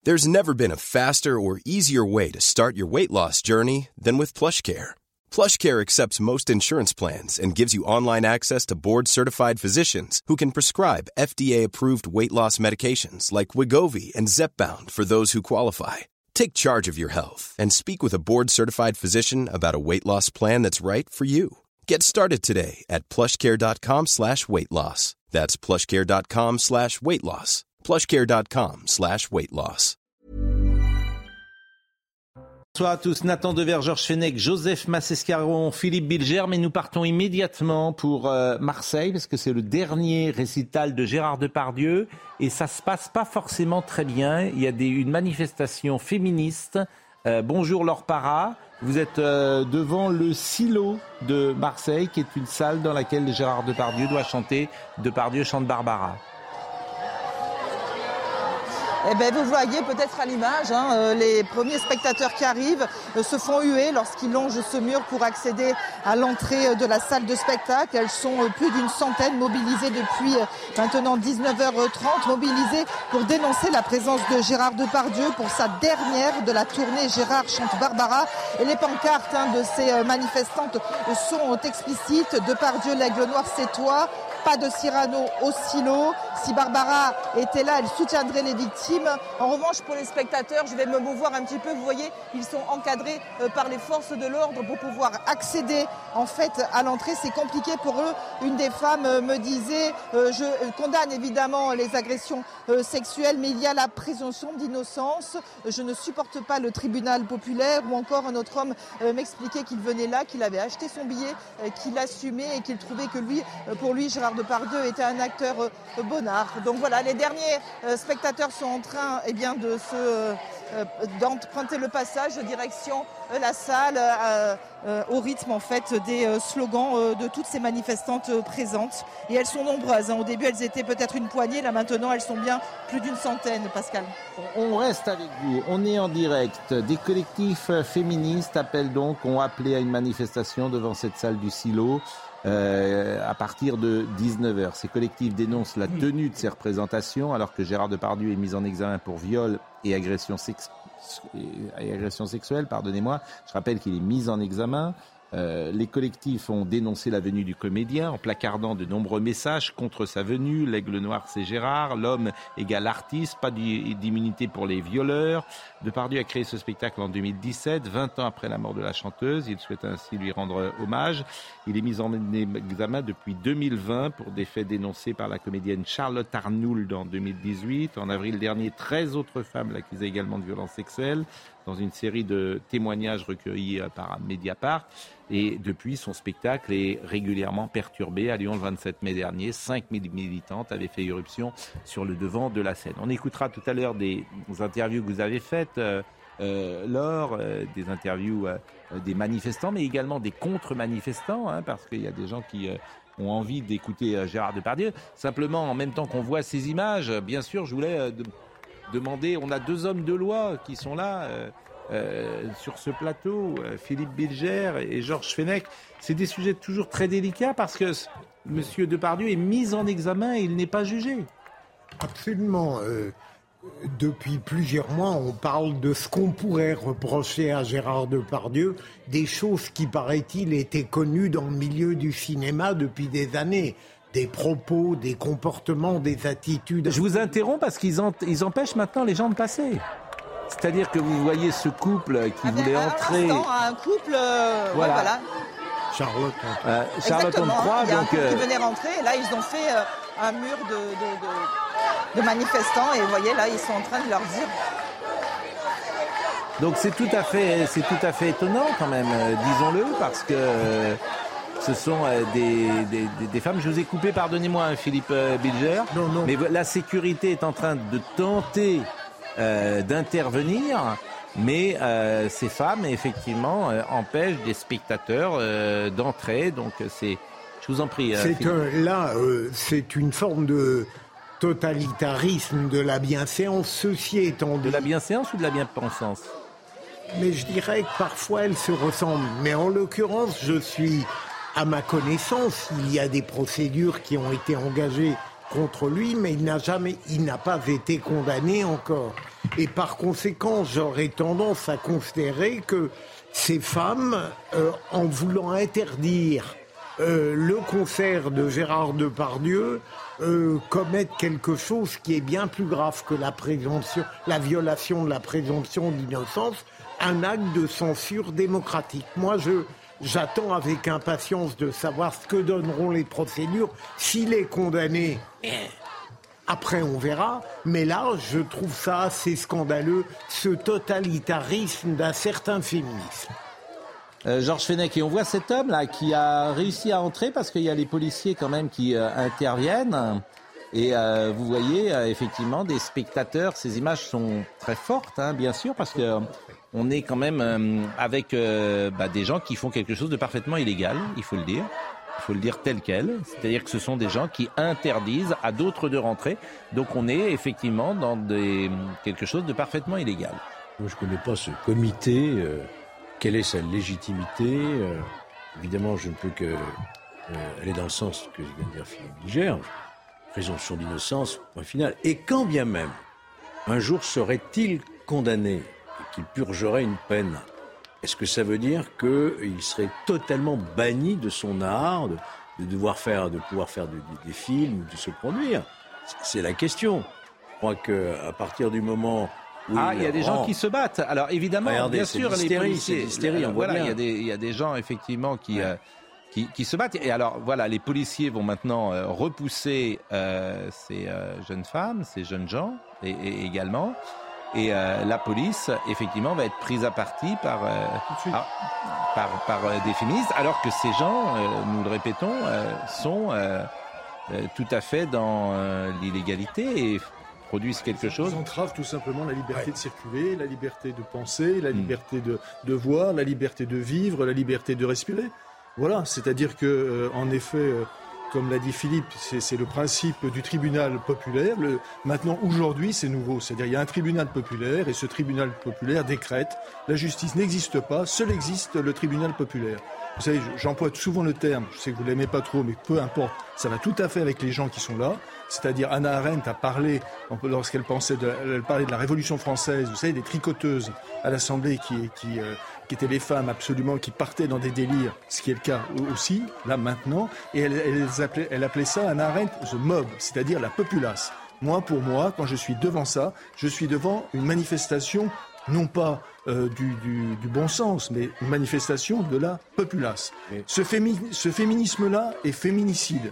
There's never been a faster or easier way to start your weight loss journey than with PlushCare. PlushCare accepts most insurance plans and gives you online access to board-certified physicians who can prescribe FDA-approved weight loss medications like Wegovy and Zepbound for those who qualify. Take charge of your health and speak with a board-certified physician about a weight loss plan that's right for you. Get started today at plushcare.com/weight loss. That's plushcare.com/weight loss. plushcare.com/weight loss. Bonsoir à tous, Nathan Dever, Georges Fenech, Joseph Massescaron, Philippe Bilger, mais nous partons immédiatement pour Marseille, parce que c'est le dernier récital de Gérard Depardieu, et ça se passe pas forcément très bien. Il y a une manifestation féministe. Bonjour Laure Parra, vous êtes devant le Silo de Marseille, qui est une salle dans laquelle Gérard Depardieu doit chanter « Depardieu chante Barbara ». Eh bien, vous voyez peut-être à l'image, les premiers spectateurs qui arrivent se font huer lorsqu'ils longent ce mur pour accéder à l'entrée de la salle de spectacle. Elles sont plus d'une centaine mobilisées depuis maintenant 19h30, mobilisées pour dénoncer la présence de Gérard Depardieu pour sa dernière de la tournée Gérard chante Barbara. Et les pancartes de ces manifestantes sont explicites. Depardieu, l'aigle noir, c'est toi. Pas de Cyrano au Silo. Si Barbara était là, elle soutiendrait les victimes. En revanche, pour les spectateurs, je vais me mouvoir un petit peu. Vous voyez, ils sont encadrés par les forces de l'ordre pour pouvoir accéder en fait à l'entrée. C'est compliqué pour eux. Une des femmes me disait, je condamne évidemment les agressions sexuelles, mais il y a la présomption d'innocence. Je ne supporte pas le tribunal populaire. Ou encore un autre homme m'expliquait qu'il venait là, qu'il avait acheté son billet, qu'il assumait et qu'il trouvait que pour lui, Gérard Depardieu était un acteur bonnard. Donc voilà, les derniers spectateurs sont en train d'emprunter le passage direction la salle au rythme en fait des slogans de toutes ces manifestantes présentes. Et elles sont nombreuses. Au début, elles étaient peut-être une poignée. Là maintenant, elles sont bien plus d'une centaine, Pascal. On reste avec vous. On est en direct. Des collectifs féministes ont appelé à une manifestation devant cette salle du Silo. À partir de 19h. Ces collectifs dénoncent la tenue de ces représentations alors que Gérard Depardieu est mis en examen pour viol et agression sexuelle. Je rappelle qu'il est mis en examen. Les collectifs ont dénoncé la venue du comédien en placardant de nombreux messages contre sa venue. L'aigle noir, c'est Gérard. L'homme égale artiste. Pas d'immunité pour les violeurs. Depardieu a créé ce spectacle en 2017, 20 ans après la mort de la chanteuse. Il souhaite ainsi lui rendre hommage. Il est mis en examen depuis 2020 pour des faits dénoncés par la comédienne Charlotte Arnould en 2018. En avril dernier, 13 autres femmes l'accusaient également de violences sexuelles dans une série de témoignages recueillis par Mediapart. Et depuis, son spectacle est régulièrement perturbé. À Lyon, le 27 mai dernier, 5000 militantes avaient fait irruption sur le devant de la scène. On écoutera tout à l'heure des interviews que vous avez faites, Laure, des interviews des manifestants, mais également des contre-manifestants, parce qu'il y a des gens qui ont envie d'écouter Gérard Depardieu. Simplement, en même temps qu'on voit ces images, bien sûr, je voulais demander, on a deux hommes de loi qui sont là sur ce plateau, Philippe Bilger et Georges Fenech. C'est des sujets toujours très délicats parce que M. Depardieu est mis en examen et il n'est pas jugé. Absolument. Depuis plusieurs mois, on parle de ce qu'on pourrait reprocher à Gérard Depardieu, des choses qui, paraît-il, étaient connues dans le milieu du cinéma depuis des années. Des propos, des comportements, des attitudes. Je vous interromps parce qu'ils empêchent maintenant les gens de passer. C'est-à-dire que vous voyez ce couple qui voulait entrer. Un couple, voilà. Charlotte Exactement, on croit. Il y a un couple qui venait rentrer et là ils ont fait un mur de manifestants et vous voyez là ils sont en train de leur dire. Donc c'est tout à fait étonnant quand même, disons-le, parce que ce sont des femmes. Je vous ai coupé, pardonnez-moi, Philippe Bilger. Non. Mais la sécurité est en train de tenter d'intervenir, mais ces femmes, effectivement, empêchent des spectateurs d'entrer. Donc, je vous en prie. C'est une forme de totalitarisme de la bienséance, ceci étant dit. De la bienséance ou de la bien-pensance ? Mais je dirais que parfois elles se ressemblent. Mais en l'occurrence, à ma connaissance, il y a des procédures qui ont été engagées contre lui, mais il n'a pas été condamné encore. Et par conséquent, j'aurais tendance à considérer que ces femmes, en voulant interdire le concert de Gérard Depardieu, commettent quelque chose qui est bien plus grave que la violation de la présomption d'innocence, un acte de censure démocratique. Moi, j'attends avec impatience de savoir ce que donneront les procédures. S'il est condamné, après on verra. Mais là, je trouve ça assez scandaleux, ce totalitarisme d'un certain féminisme. Georges Fenech, et on voit cet homme-là qui a réussi à entrer parce qu'il y a les policiers quand même qui interviennent. Et vous voyez effectivement des spectateurs, ces images sont très fortes, bien sûr, parce qu'on est quand même avec des gens qui font quelque chose de parfaitement illégal, il faut le dire tel quel, c'est-à-dire que ce sont des gens qui interdisent à d'autres de rentrer. Donc on est effectivement dans quelque chose de parfaitement illégal. Moi je ne connais pas ce comité, quelle est sa légitimité, évidemment je ne peux que aller dans le sens que vient de dire Philippe Bilger, présomption d'innocence, point final. Et quand bien même, un jour serait-il condamné et qu'il purgerait une peine, est-ce que ça veut dire qu'il serait totalement banni de son art, de pouvoir faire des films, de se produire? C'est la question. Je crois qu'à partir du moment où il y a des gens qui se battent. Alors évidemment, regardez, bien sûr, les policiers, il y a des gens effectivement qui se battent. Et alors voilà, les policiers vont maintenant repousser ces jeunes femmes, ces jeunes gens, et également. Et la police, effectivement, va être prise à partie par des féministes, alors que ces gens, nous le répétons, sont tout à fait dans l'illégalité et produisent quelque chose. Ils entravent tout simplement la liberté de circuler, la liberté de penser, la liberté de voir, la liberté de vivre, la liberté de respirer. Voilà, c'est-à-dire que, en effet, comme l'a dit Philippe, c'est le principe du tribunal populaire. Maintenant, aujourd'hui, c'est nouveau. C'est-à-dire, il y a un tribunal populaire et ce tribunal populaire décrète la justice n'existe pas, seul existe le tribunal populaire. Vous savez, j'emploie souvent le terme, je sais que vous l'aimez pas trop, mais peu importe, ça va tout à fait avec les gens qui sont là. C'est-à-dire, Hannah Arendt a parlé, lorsqu'elle elle parlait de la Révolution française, vous savez, des tricoteuses à l'Assemblée qui étaient les femmes absolument qui partaient dans des délires, ce qui est le cas aussi, là maintenant, et elle appelait ça, Hannah Arendt, the mob, c'est-à-dire la populace. Pour moi, quand je suis devant ça, je suis devant une manifestation non pas du bon sens, mais une manifestation de la populace. Ce féminisme-là est féminicide.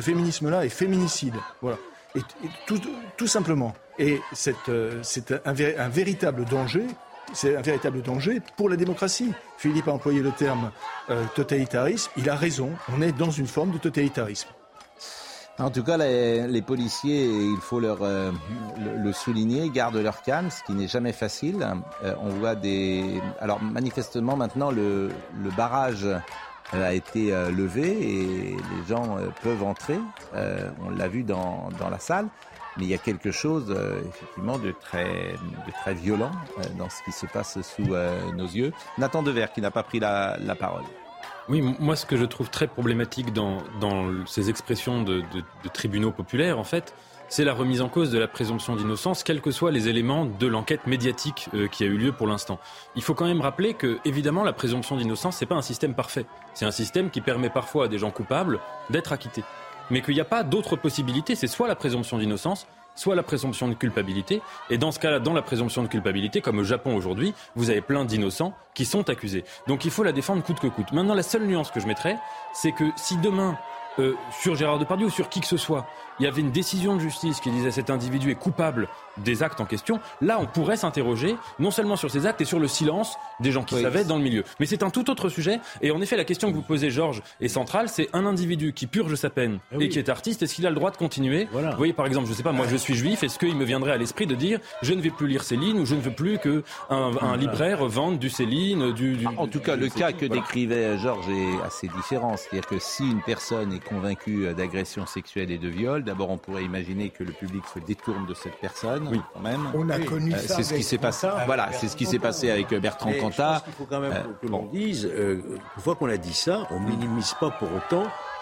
Voilà. Et tout simplement. Et c'est un véritable danger. C'est un véritable danger pour la démocratie. Philippe a employé le terme totalitarisme. Il a raison. On est dans une forme de totalitarisme. En tout cas, les policiers, il faut le souligner, gardent leur calme, ce qui n'est jamais facile. On voit alors manifestement maintenant le barrage a été levé et les gens peuvent entrer. On l'a vu dans la salle, mais il y a quelque chose effectivement de très violent dans ce qui se passe sous nos yeux. Nathan Devers qui n'a pas pris la parole. Oui, moi ce que je trouve très problématique dans ces expressions de tribunaux populaires, en fait, c'est la remise en cause de la présomption d'innocence, quels que soient les éléments de l'enquête médiatique qui a eu lieu pour l'instant. Il faut quand même rappeler que, évidemment, la présomption d'innocence, c'est pas un système parfait. C'est un système qui permet parfois à des gens coupables d'être acquittés. Mais qu'il n'y a pas d'autre possibilité, c'est soit la présomption d'innocence, soit la présomption de culpabilité. Et dans ce cas-là, dans la présomption de culpabilité, comme au Japon aujourd'hui, vous avez plein d'innocents qui sont accusés. Donc il faut la défendre coûte que coûte. Maintenant, la seule nuance que je mettrais, c'est que si demain, sur Gérard Depardieu ou sur qui que ce soit, il y avait une décision de justice qui disait cet individu est coupable des actes en question, là on pourrait s'interroger non seulement sur ces actes et sur le silence des gens qui savaient dans le milieu. Mais c'est un tout autre sujet et en effet la question que vous posez Georges est centrale, c'est un individu qui purge sa peine et qui est artiste, est-ce qu'il a le droit de continuer ? Vous voyez par exemple, je sais pas, moi je suis juif, est-ce qu'il me viendrait à l'esprit de dire je ne vais plus lire Céline ou je ne veux plus qu'un libraire vende du Céline, En tout cas, le cas que décrivait Georges est assez différent, c'est-à-dire que si une personne est convaincue d'agression sexuelle et de viol, d'abord on pourrait imaginer que le public se détourne de cette personne. Oui, quand même. On a connu ça. C'est ce qui s'est passé. Voilà, c'est ce qui s'est passé avec Bertrand Cantat. Il faut quand même que l'on dise, une fois qu'on a dit ça, on minimise pas pour autant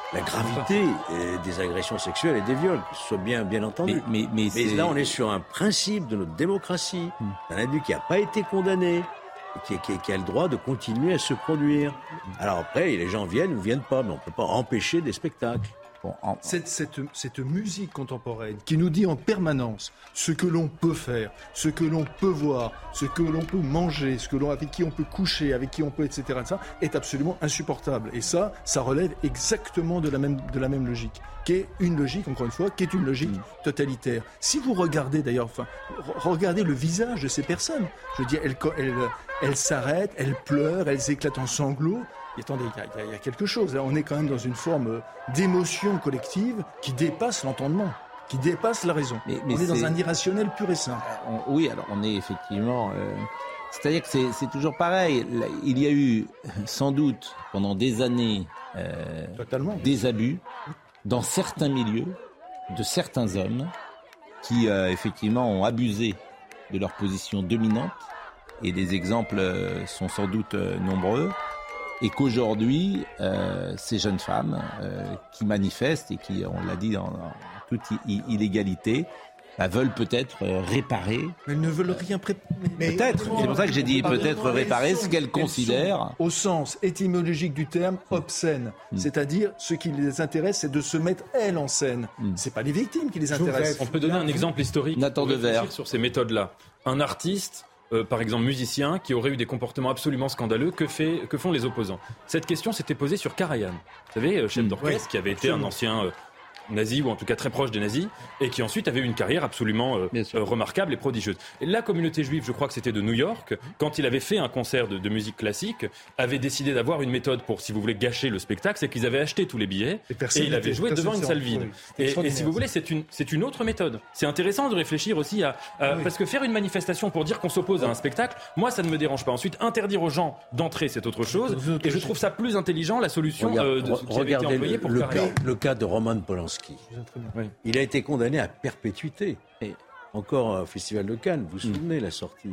la gravité des agressions sexuelles et des viols, que ce soit bien entendu. Mais là, on est sur un principe de notre démocratie, d'un individu qui n'a pas été condamné, qui a le droit de continuer à se produire. Alors après, les gens viennent ou viennent pas, mais on ne peut pas empêcher des spectacles. Bon, cette musique contemporaine qui nous dit en permanence ce que l'on peut faire, ce que l'on peut voir, ce que l'on peut manger, avec qui on peut coucher, avec qui on peut, etc., est absolument insupportable. Et ça relève exactement de la même logique, qui est une logique, encore une fois, qui est une logique totalitaire. Si vous regardez d'ailleurs, regardez le visage de ces personnes, je veux dire, elles s'arrêtent, elles pleurent, elles éclatent en sanglots. Et attendez, il y a quelque chose. Là, on est quand même dans une forme d'émotion collective qui dépasse l'entendement, qui dépasse la raison. Mais on est dans un irrationnel pur et simple. Oui, alors on est effectivement... c'est-à-dire que c'est toujours pareil. Il y a eu sans doute pendant des années des abus dans certains milieux de certains hommes qui effectivement ont abusé de leur position dominante. Et les exemples sont sans doute nombreux. Et qu'aujourd'hui, ces jeunes femmes qui manifestent et qui, on l'a dit, en toute illégalité, veulent peut-être réparer. Mais elles ne veulent rien préparer. Peut-être, c'est pour ça que j'ai dit peut-être réparer ce qu'elles considèrent. Au sens étymologique du terme, obscène. C'est-à-dire, ce qui les intéresse, c'est de se mettre, elles, en scène. C'est pas les victimes qui les intéressent. On peut donner un exemple historique Nathan Devers sur ces méthodes-là. Un artiste... par exemple musicien, qui aurait eu des comportements absolument scandaleux, que font les opposants? Cette question s'était posée sur Karajan. Vous savez, chef d'orchestre, qui avait été un ancien nazi, ou en tout cas très proche des nazis, et qui ensuite avait eu une carrière absolument remarquable et prodigieuse. Et la communauté juive, je crois que c'était de New York, quand il avait fait un concert de musique classique, avait décidé d'avoir une méthode pour, si vous voulez, gâcher le spectacle, c'est qu'ils avaient acheté tous les billets, et il avait joué devant une salle vide. Et si vous voulez, c'est une autre méthode. C'est intéressant de réfléchir aussi parce que faire une manifestation pour dire qu'on s'oppose à un spectacle, moi ça ne me dérange pas. Ensuite, interdire aux gens d'entrer, c'est autre chose, et je trouve ça plus intelligent, la solution qui avait été employée pour le cas de Roman Polanski. Oui. Il a été condamné à perpétuité. Et encore au Festival de Cannes, vous vous souvenez la sortie.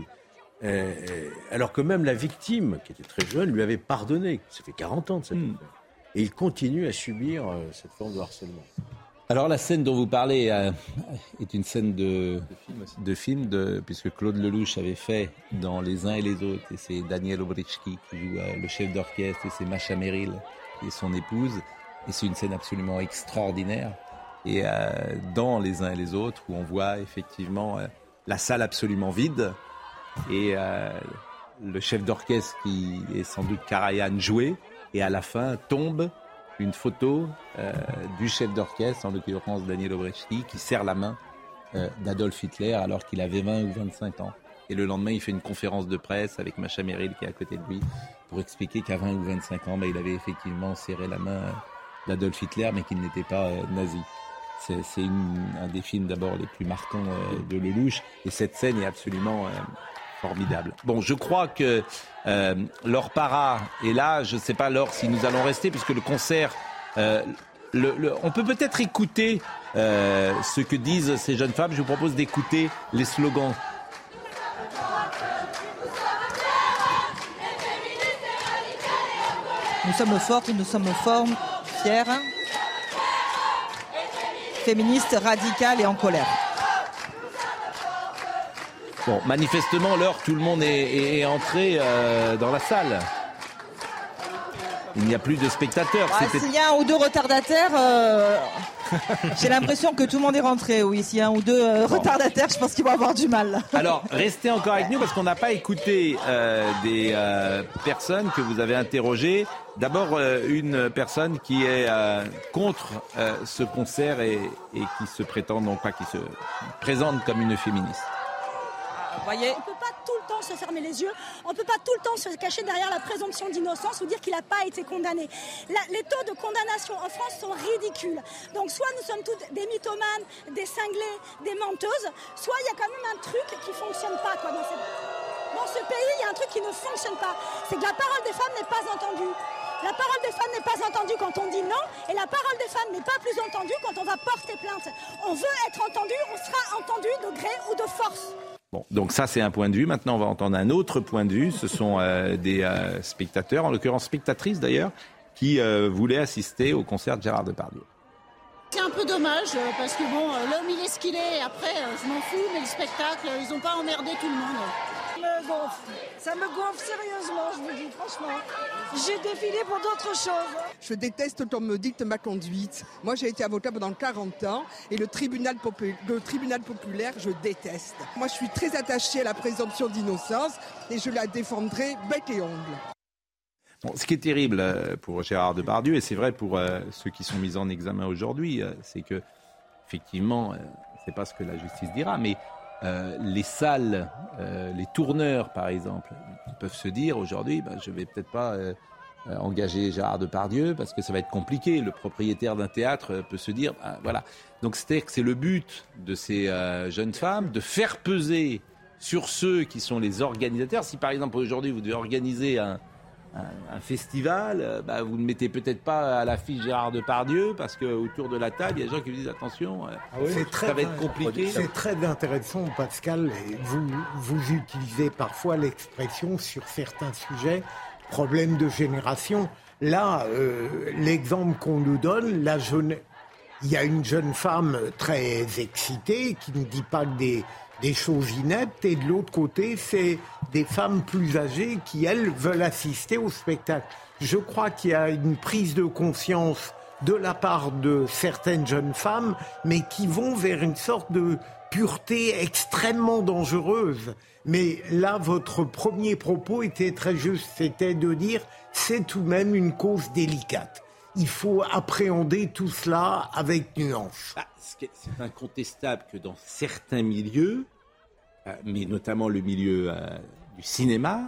Alors que même la victime, qui était très jeune, lui avait pardonné. Ça fait 40 ans de cette affaire. Et il continue à subir cette forme de harcèlement. Alors la scène dont vous parlez est une scène de film, puisque Claude Lelouch avait fait dans Les uns et les autres, et c'est Daniel Obreczki qui joue le chef d'orchestre, et c'est Masha Merrill qui est son épouse. Et c'est une scène absolument extraordinaire. Et dans Les uns et les autres, où on voit effectivement la salle absolument vide, et le chef d'orchestre qui est sans doute Karajan joué, et à la fin tombe une photo du chef d'orchestre, en l'occurrence Daniel Obreczki, qui serre la main d'Adolf Hitler alors qu'il avait 20 ou 25 ans. Et le lendemain, il fait une conférence de presse avec Masha Merrill qui est à côté de lui pour expliquer qu'à 20 ou 25 ans, il avait effectivement serré la main d'Adolf Hitler, mais qu'il n'était pas nazi. C'est un des films d'abord les plus marquants de Lelouch, et cette scène est absolument formidable. Bon, je crois que Laure Parra est là. Je ne sais pas, Laure, si nous allons rester, puisque le concert... on peut peut-être écouter ce que disent ces jeunes femmes. Je vous propose d'écouter les slogans. Nous sommes fortes, nous sommes forts, fières, féministes, radicales et en colère. Bon, manifestement, Laure, tout le monde est entré dans la salle. Il n'y a plus de spectateurs. S'il y a un ou deux retardataires, j'ai l'impression que tout le monde est rentré. Oui, s'il y a un ou deux retardataires, je pense qu'ils vont avoir du mal. Alors, restez encore avec nous parce qu'on n'a pas écouté des personnes que vous avez interrogées. D'abord, une personne qui est contre ce concert et qui se prétend, non pas qui se présente comme une féministe. Voyez. On ne peut pas tout le temps se fermer les yeux, on ne peut pas tout le temps se cacher derrière la présomption d'innocence ou dire qu'il n'a pas été condamné. Les taux de condamnation en France sont ridicules. Donc soit nous sommes toutes des mythomanes, des cinglés, des menteuses, soit il y a quand même un truc qui ne fonctionne pas. Dans ce pays, il y a un truc qui ne fonctionne pas. C'est que la parole des femmes n'est pas entendue. La parole des femmes n'est pas entendue quand on dit non, et la parole des femmes n'est pas plus entendue quand on va porter plainte. On veut être entendu, on sera entendu de gré ou de force. Bon, donc ça c'est un point de vue. Maintenant on va entendre un autre point de vue. Ce sont des spectateurs, en l'occurrence spectatrices d'ailleurs, qui voulait assister au concert de Gérard Depardieu. C'est un peu dommage parce que bon, l'homme il est ce qu'il est, après je m'en fous, mais le spectacle, ils n'ont pas emmerdé tout le monde. Ça me gonfle sérieusement, je vous dis franchement. J'ai défilé pour d'autres choses. Je déteste qu'on me dicte ma conduite. Moi j'ai été avocat pendant 40 ans et le tribunal populaire, je déteste. Moi je suis très attachée à la présomption d'innocence et je la défendrai bec et ongle. Bon, ce qui est terrible pour Gérard Depardieu, et c'est vrai pour ceux qui sont mis en examen aujourd'hui, c'est que, effectivement, on ne sait pas ce que la justice dira, mais les salles, les tourneurs, par exemple, peuvent se dire aujourd'hui, je ne vais peut-être pas engager Gérard Depardieu parce que ça va être compliqué. Le propriétaire d'un théâtre peut se dire, voilà. Donc, c'est-à-dire que c'est le but de ces jeunes femmes de faire peser sur ceux qui sont les organisateurs. Si, par exemple, aujourd'hui, vous devez organiser un festival, vous ne mettez peut-être pas à l'affiche Gérard Depardieu parce qu'autour de la table, il y a des gens qui vous disent attention, ça va être compliqué. C'est très intéressant, Pascal. Vous utilisez parfois l'expression sur certains sujets, problème de génération. Là, l'exemple qu'on nous donne, il y a une jeune femme très excitée qui ne dit pas que des choses ineptes, et de l'autre côté, c'est des femmes plus âgées qui, elles, veulent assister au spectacle. Je crois qu'il y a une prise de conscience de la part de certaines jeunes femmes, mais qui vont vers une sorte de pureté extrêmement dangereuse. Mais là, votre premier propos était très juste, c'était de dire c'est tout de même une cause délicate. Il faut appréhender tout cela avec nuance. C'est incontestable que dans certains milieux, mais notamment le milieu du cinéma,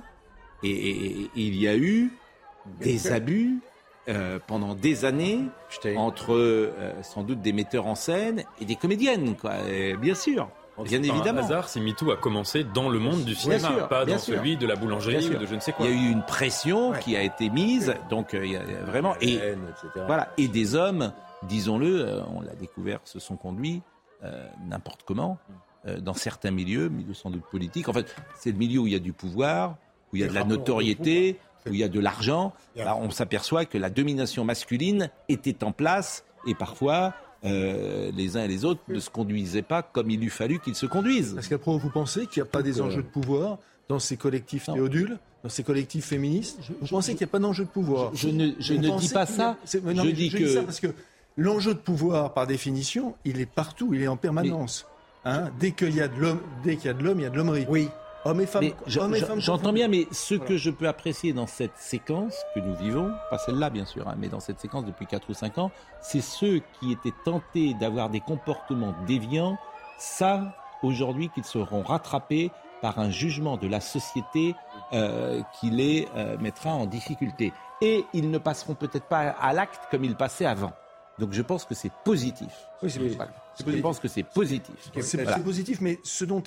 et il y a eu des abus pendant des années entre sans doute des metteurs en scène et des comédiennes, quoi. Bien sûr. Bien évidemment. Par hasard, si MeToo a commencé dans le monde du cinéma, pas dans celui de la boulangerie ou de je ne sais quoi. Il y a eu une pression qui a été mise, donc il y a vraiment voilà, et des hommes, disons-le, on l'a découvert, se sont conduits n'importe comment dans certains milieux sans doute politiques. En fait, c'est le milieu où il y a du pouvoir, où il y a de la notoriété, où il y a de l'argent. Là, on s'aperçoit que la domination masculine était en place et parfois les uns et les autres ne se conduisaient pas comme il eût fallu qu'ils se conduisent. Parce qu'après, vous pensez qu'il n'y a pas des enjeux de pouvoir dans ces collectifs théodules, dans ces collectifs féministes? Vous pensez qu'il n'y a pas d'enjeu de pouvoir? Je ne dis pas ça. Je dis ça parce que l'enjeu de pouvoir, par définition, il est partout, il est en permanence. Dès qu'il y a de l'homme, il y a de l'hommerie. Oui. Hommes et femmes. J'entends bien, mais ce que je peux apprécier dans cette séquence que nous vivons, pas celle-là bien sûr, mais dans cette séquence depuis 4 ou 5 ans, c'est ceux qui étaient tentés d'avoir des comportements déviants savent aujourd'hui qu'ils seront rattrapés par un jugement de la société qui les mettra en difficulté. Et ils ne passeront peut-être pas à l'acte comme ils passaient avant. Donc je pense que c'est positif. Oui, c'est positif. Je pense que c'est positif. C'est positif, mais ce dont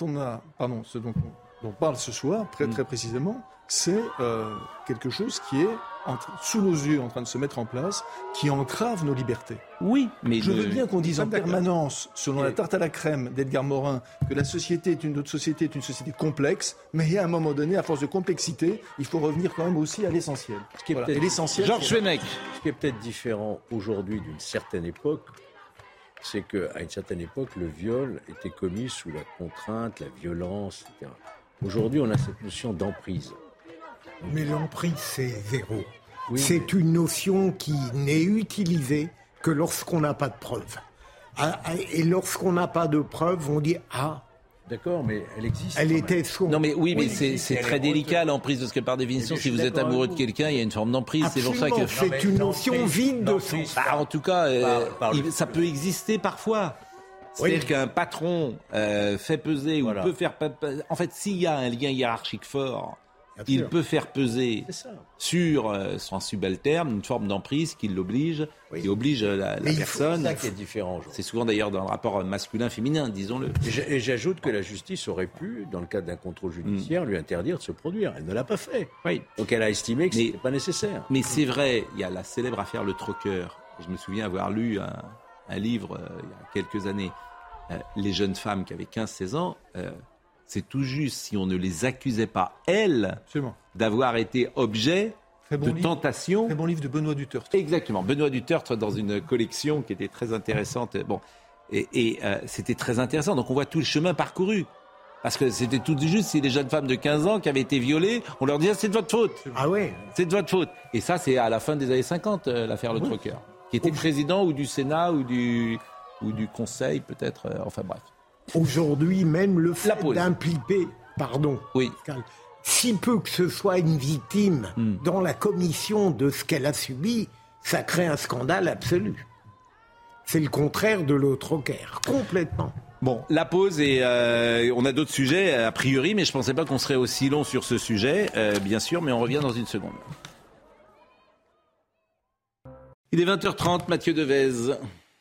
on parle ce soir, très précisément, c'est quelque chose qui est sous nos yeux en train de se mettre en place, qui entrave nos libertés. Oui, mais je veux bien qu'on dise en permanence, selon la tarte à la crème d'Edgar Morin, que la société est une société complexe, mais à un moment donné, à force de complexité, il faut revenir quand même aussi à l'essentiel. Ce qui est peut-être l'essentiel. Georges Fenech. Ce qui est peut-être différent aujourd'hui d'une certaine époque, c'est qu'à une certaine époque, le viol était commis sous la contrainte, la violence, etc. Aujourd'hui, on a cette notion d'emprise. Mais l'emprise, c'est zéro. Oui, c'est une notion qui n'est utilisée que lorsqu'on n'a pas de preuves. Et lorsqu'on n'a pas de preuves, on dit « Ah ». D'accord, mais elle existe. Elle était sourde. Non, mais oui, mais c'est très délicat l'emprise, parce que par définition, si vous êtes amoureux de quelqu'un, il y a une forme d'emprise. Absolument, c'est pour ça que c'est une notion vide de sens. En tout cas, ça peut exister parfois. C'est-à-dire qu'un patron fait peser ou peut faire... En fait, s'il y a un lien hiérarchique fort, il peut faire peser sur son subalterne une forme d'emprise qui l'oblige, qui oblige la personne. C'est ça qui est différent. C'est souvent d'ailleurs dans le rapport masculin-féminin, disons-le. Et j'ajoute que la justice aurait pu, dans le cadre d'un contrôle judiciaire, lui interdire de se produire. Elle ne l'a pas fait. Oui. Donc elle a estimé que ce n'était pas nécessaire. Mais c'est vrai, il y a la célèbre affaire Le Troqueur. Je me souviens avoir lu un livre il y a quelques années. Les jeunes femmes qui avaient 15-16 ans, c'est tout juste si on ne les accusait pas, elles, d'avoir été objet tentation. Très bon livre de Benoît Dutertre. Exactement, Benoît Dutertre dans une collection qui était très intéressante. Bon, et c'était très intéressant. Donc on voit tout le chemin parcouru. Parce que c'était tout juste si les jeunes femmes de 15 ans qui avaient été violées, on leur disait c'est de votre faute. Ah ouais. C'est de votre faute. Et ça, c'est à la fin des années 50, l'affaire Le Trocker, qui était président ou du Sénat ou du Conseil peut-être. Enfin bref. Aujourd'hui, même le fait d'impliquer, si peu que ce soit une victime dans la commission de ce qu'elle a subi, ça crée un scandale absolu. C'est le contraire de Le Trocker, complètement. Bon, la pause et on a d'autres sujets a priori, mais je ne pensais pas qu'on serait aussi long sur ce sujet, bien sûr, mais on revient dans une seconde. Il est 20h30, Mathieu Devez.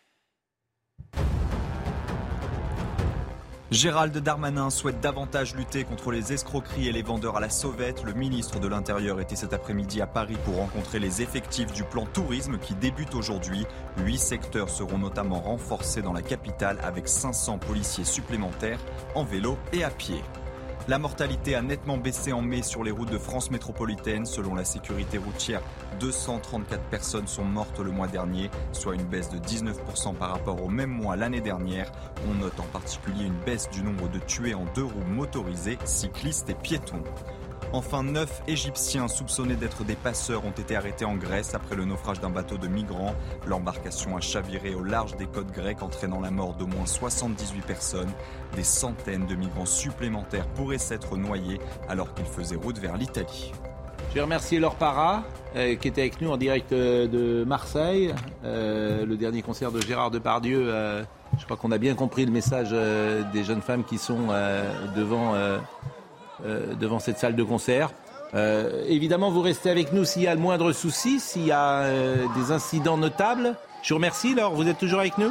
Gérald Darmanin souhaite davantage lutter contre les escroqueries et les vendeurs à la sauvette. Le ministre de l'Intérieur était cet après-midi à Paris pour rencontrer les effectifs du plan tourisme qui débute aujourd'hui. 8 secteurs seront notamment renforcés dans la capitale avec 500 policiers supplémentaires en vélo et à pied. La mortalité a nettement baissé en mai sur les routes de France métropolitaine. Selon la sécurité routière, 234 personnes sont mortes le mois dernier, soit une baisse de 19% par rapport au même mois l'année dernière. On note en particulier une baisse du nombre de tués en 2 roues motorisés, cyclistes et piétons. Enfin, 9 Égyptiens soupçonnés d'être des passeurs ont été arrêtés en Grèce après le naufrage d'un bateau de migrants. L'embarcation a chaviré au large des côtes grecques, entraînant la mort d'au moins 78 personnes. Des centaines de migrants supplémentaires pourraient s'être noyés alors qu'ils faisaient route vers l'Italie. Je vais remercier Laure Parra, qui était avec nous en direct de Marseille. Le dernier concert de Gérard Depardieu, je crois qu'on a bien compris le message des jeunes femmes qui sont devant cette salle de concert. Évidemment, vous restez avec nous s'il y a le moindre souci, s'il y a des incidents notables. Je vous remercie, Laure, vous êtes toujours avec nous ?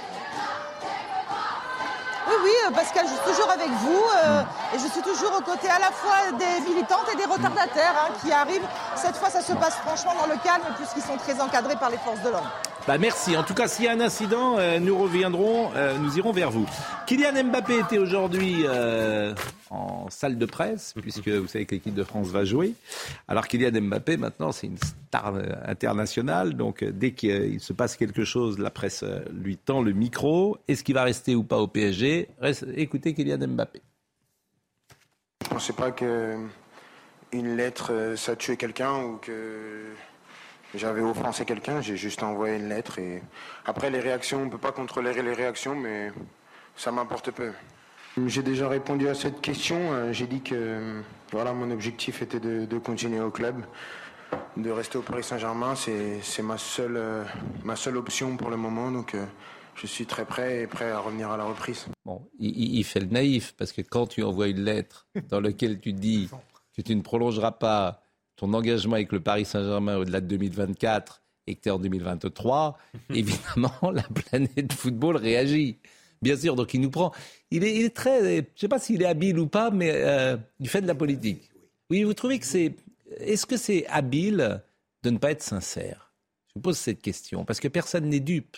Oui, Pascal, je suis toujours avec vous et je suis toujours aux côtés à la fois des militantes et des retardataires qui arrivent. Cette fois, ça se passe franchement dans le calme puisqu'ils sont très encadrés par les forces de l'ordre. Merci. En tout cas, s'il y a un incident, nous irons vers vous. Kylian Mbappé était aujourd'hui en salle de presse, puisque vous savez que l'équipe de France va jouer. Alors Kylian Mbappé, maintenant, c'est une star internationale. Donc, dès qu'il se passe quelque chose, la presse lui tend le micro. Est-ce qu'il va rester ou pas au PSG ? Écoutez Kylian Mbappé. Je ne pensais pas qu'une lettre, ça tuait quelqu'un ou que... J'avais offensé quelqu'un, j'ai juste envoyé une lettre et après les réactions, on ne peut pas contrôler les réactions, mais ça m'importe peu. J'ai déjà répondu à cette question, j'ai dit que mon objectif était de continuer au club, de rester au Paris Saint-Germain, c'est ma seule option pour le moment, donc je suis très prêt à revenir à la reprise. Bon, il fait le naïf, parce que quand tu envoies une lettre dans laquelle tu dis que tu ne prolongeras pas ton engagement avec le Paris Saint-Germain au-delà de 2024 et que tu es en 2023, évidemment, la planète football réagit. Bien sûr, donc il nous prend... Il est très... Je ne sais pas s'il est habile ou pas, mais il fait de la politique. Oui, vous trouvez que c'est... Est-ce que c'est habile de ne pas être sincère ? Je vous pose cette question, parce que personne n'est dupe.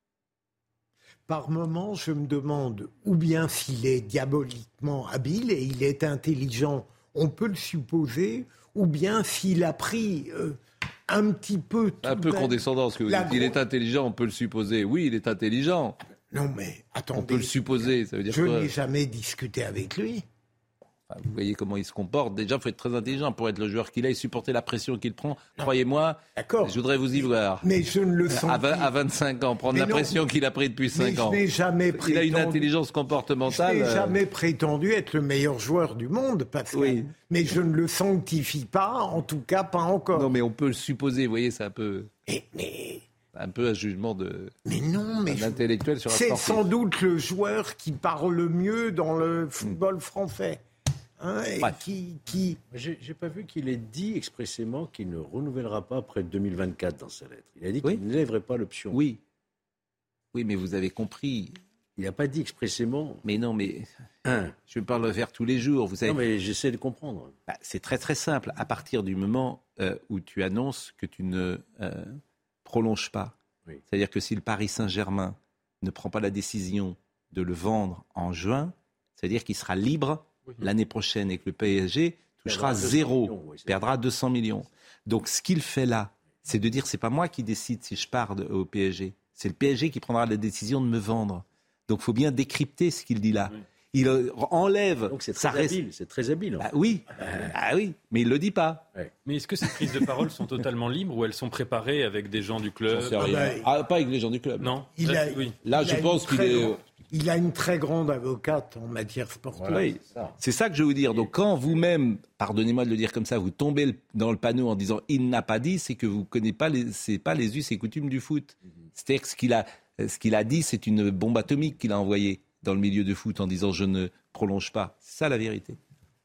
Par moments, je me demande, ou bien s'il est diaboliquement habile et il est intelligent, on peut le supposer... ou bien s'il a pris un petit peu... Un peu condescendant, ce que vous dites. Il est intelligent, on peut le supposer. Oui, il est intelligent. Non, mais attendez... On peut le supposer, ça veut dire quoi ? Je n'ai jamais discuté avec lui. Enfin, vous voyez comment il se comporte. Déjà, il faut être très intelligent pour être le joueur qu'il est et supporter la pression qu'il prend. Croyez-moi, je voudrais vous y voir. Mais je ne le sens pas. À 25 ans, prendre la pression qu'il a prise depuis 5 ans. Je n'ai jamais prétendu... Il a une intelligence comportementale. Je n'ai jamais prétendu être le meilleur joueur du monde, Pascal. Oui. Mais je ne le sanctifie pas, en tout cas pas encore. Non, mais on peut le supposer, vous voyez, c'est un peu... Mais... un peu un jugement d'intellectuel sur un sportif. C'est sans doute le joueur qui parle le mieux dans le football français. J'ai pas vu qu'il ait dit expressément qu'il ne renouvellera pas après 2024 dans sa lettre. Il a dit qu'il ne lèverait pas l'option. Oui, mais vous avez compris. Il n'a pas dit expressément. Mais non, mais je ne vais pas le faire tous les jours. Vous savez. Non, mais j'essaie de comprendre. C'est très très simple. À partir du moment où tu annonces que tu ne prolonges pas, c'est-à-dire que si le Paris Saint-Germain ne prend pas la décision de le vendre en juin, c'est-à-dire qu'il sera libre l'année prochaine et que le PSG touchera 0, perdra 200 millions. Donc ce qu'il fait là, c'est de dire c'est pas moi qui décide si je pars au PSG. C'est le PSG qui prendra la décision de me vendre. Donc il faut bien décrypter ce qu'il dit là. Oui. Il enlève. Donc c'est très habile. Bah, oui, mais il le dit pas. Ouais. Mais est-ce que ces prises de parole sont totalement libres ou elles sont préparées avec des gens du club? Pas avec les gens du club. Non. Là, je pense qu'il est. Il a une très grande avocate en matière sportive. Oui, c'est ça que je veux vous dire. Donc quand vous-même, pardonnez-moi de le dire comme ça, vous tombez dans le panneau en disant il n'a pas dit, c'est que vous ne connaissez pas les us et coutumes du foot. C'est-à-dire que ce qu'il a dit, c'est une bombe atomique qu'il a envoyée dans le milieu du foot en disant je ne prolonge pas. C'est ça la vérité.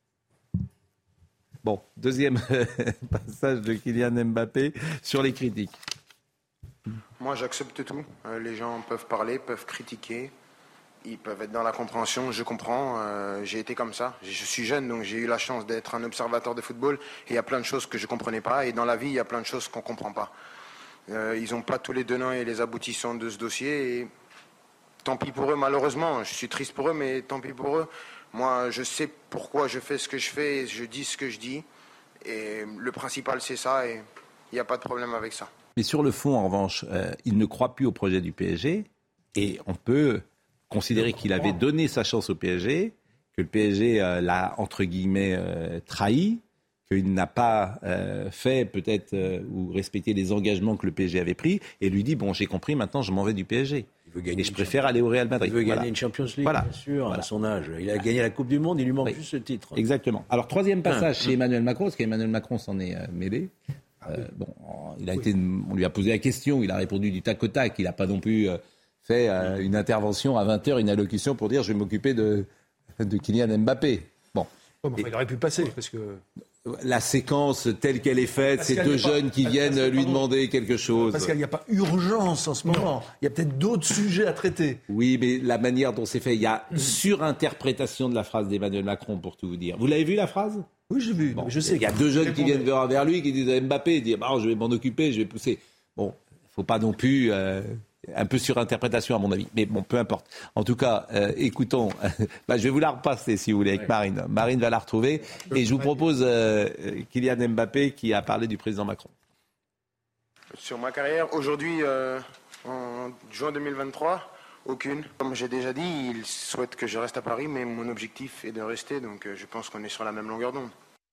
Bon, deuxième passage de Kylian Mbappé sur les critiques. Moi, j'accepte tout. Les gens peuvent parler, peuvent critiquer. Ils peuvent être dans la compréhension, je comprends, j'ai été comme ça. Je suis jeune, donc j'ai eu la chance d'être un observateur de football. Et il y a plein de choses que je ne comprenais pas. Et dans la vie, il y a plein de choses qu'on ne comprend pas. Ils n'ont pas tous les tenants et les aboutissants de ce dossier. Et tant pis pour eux, malheureusement. Je suis triste pour eux, mais tant pis pour eux. Moi, je sais pourquoi je fais ce que je fais et je dis ce que je dis. Et le principal, c'est ça. Et il n'y a pas de problème avec ça. Mais sur le fond, en revanche, il ne croit plus au projet du PSG. Et on peut considérer qu'il avait donné sa chance au PSG, que le PSG l'a, entre guillemets, trahi, qu'il n'a pas fait peut-être ou respecté les engagements que le PSG avait pris, et lui dit, bon, j'ai compris, maintenant je m'en vais du PSG. Et je préfère aller au Real Madrid. Il veut gagner une Champions League, bien sûr, à son âge. Il a gagné la Coupe du Monde, il lui manque juste ce titre. Exactement. Alors, troisième passage chez Emmanuel Macron, parce qu'Emmanuel Macron s'en est mêlé. On lui a posé la question, il a répondu du tac au tac, il n'a pas non plus fait une intervention à 20h, une allocution pour dire je vais m'occuper de Kylian Mbappé. Bon. Il aurait pu passer, parce que... La séquence telle qu'elle est faite, c'est deux jeunes qui viennent lui demander quelque chose. Parce qu'il n'y a pas urgence en ce moment. Il y a peut-être d'autres sujets à traiter. Oui, mais la manière dont c'est fait, il y a surinterprétation de la phrase d'Emmanuel Macron, pour tout vous dire. Vous l'avez vu, la phrase ? Oui, j'ai vu. Bon, je sais. Il y a deux jeunes qui viennent vers lui, qui disent à Mbappé, il dit je vais m'en occuper, je vais pousser. Bon, il ne faut pas non plus... un peu surinterprétation à mon avis, mais bon, peu importe. En tout cas, écoutons, je vais vous la repasser si vous voulez avec Marine. Marine va la retrouver et je vous propose Kylian Mbappé qui a parlé du président Macron. Sur ma carrière, aujourd'hui, en juin 2023, aucune. Comme j'ai déjà dit, il souhaite que je reste à Paris, mais mon objectif est de rester, donc je pense qu'on est sur la même longueur d'onde.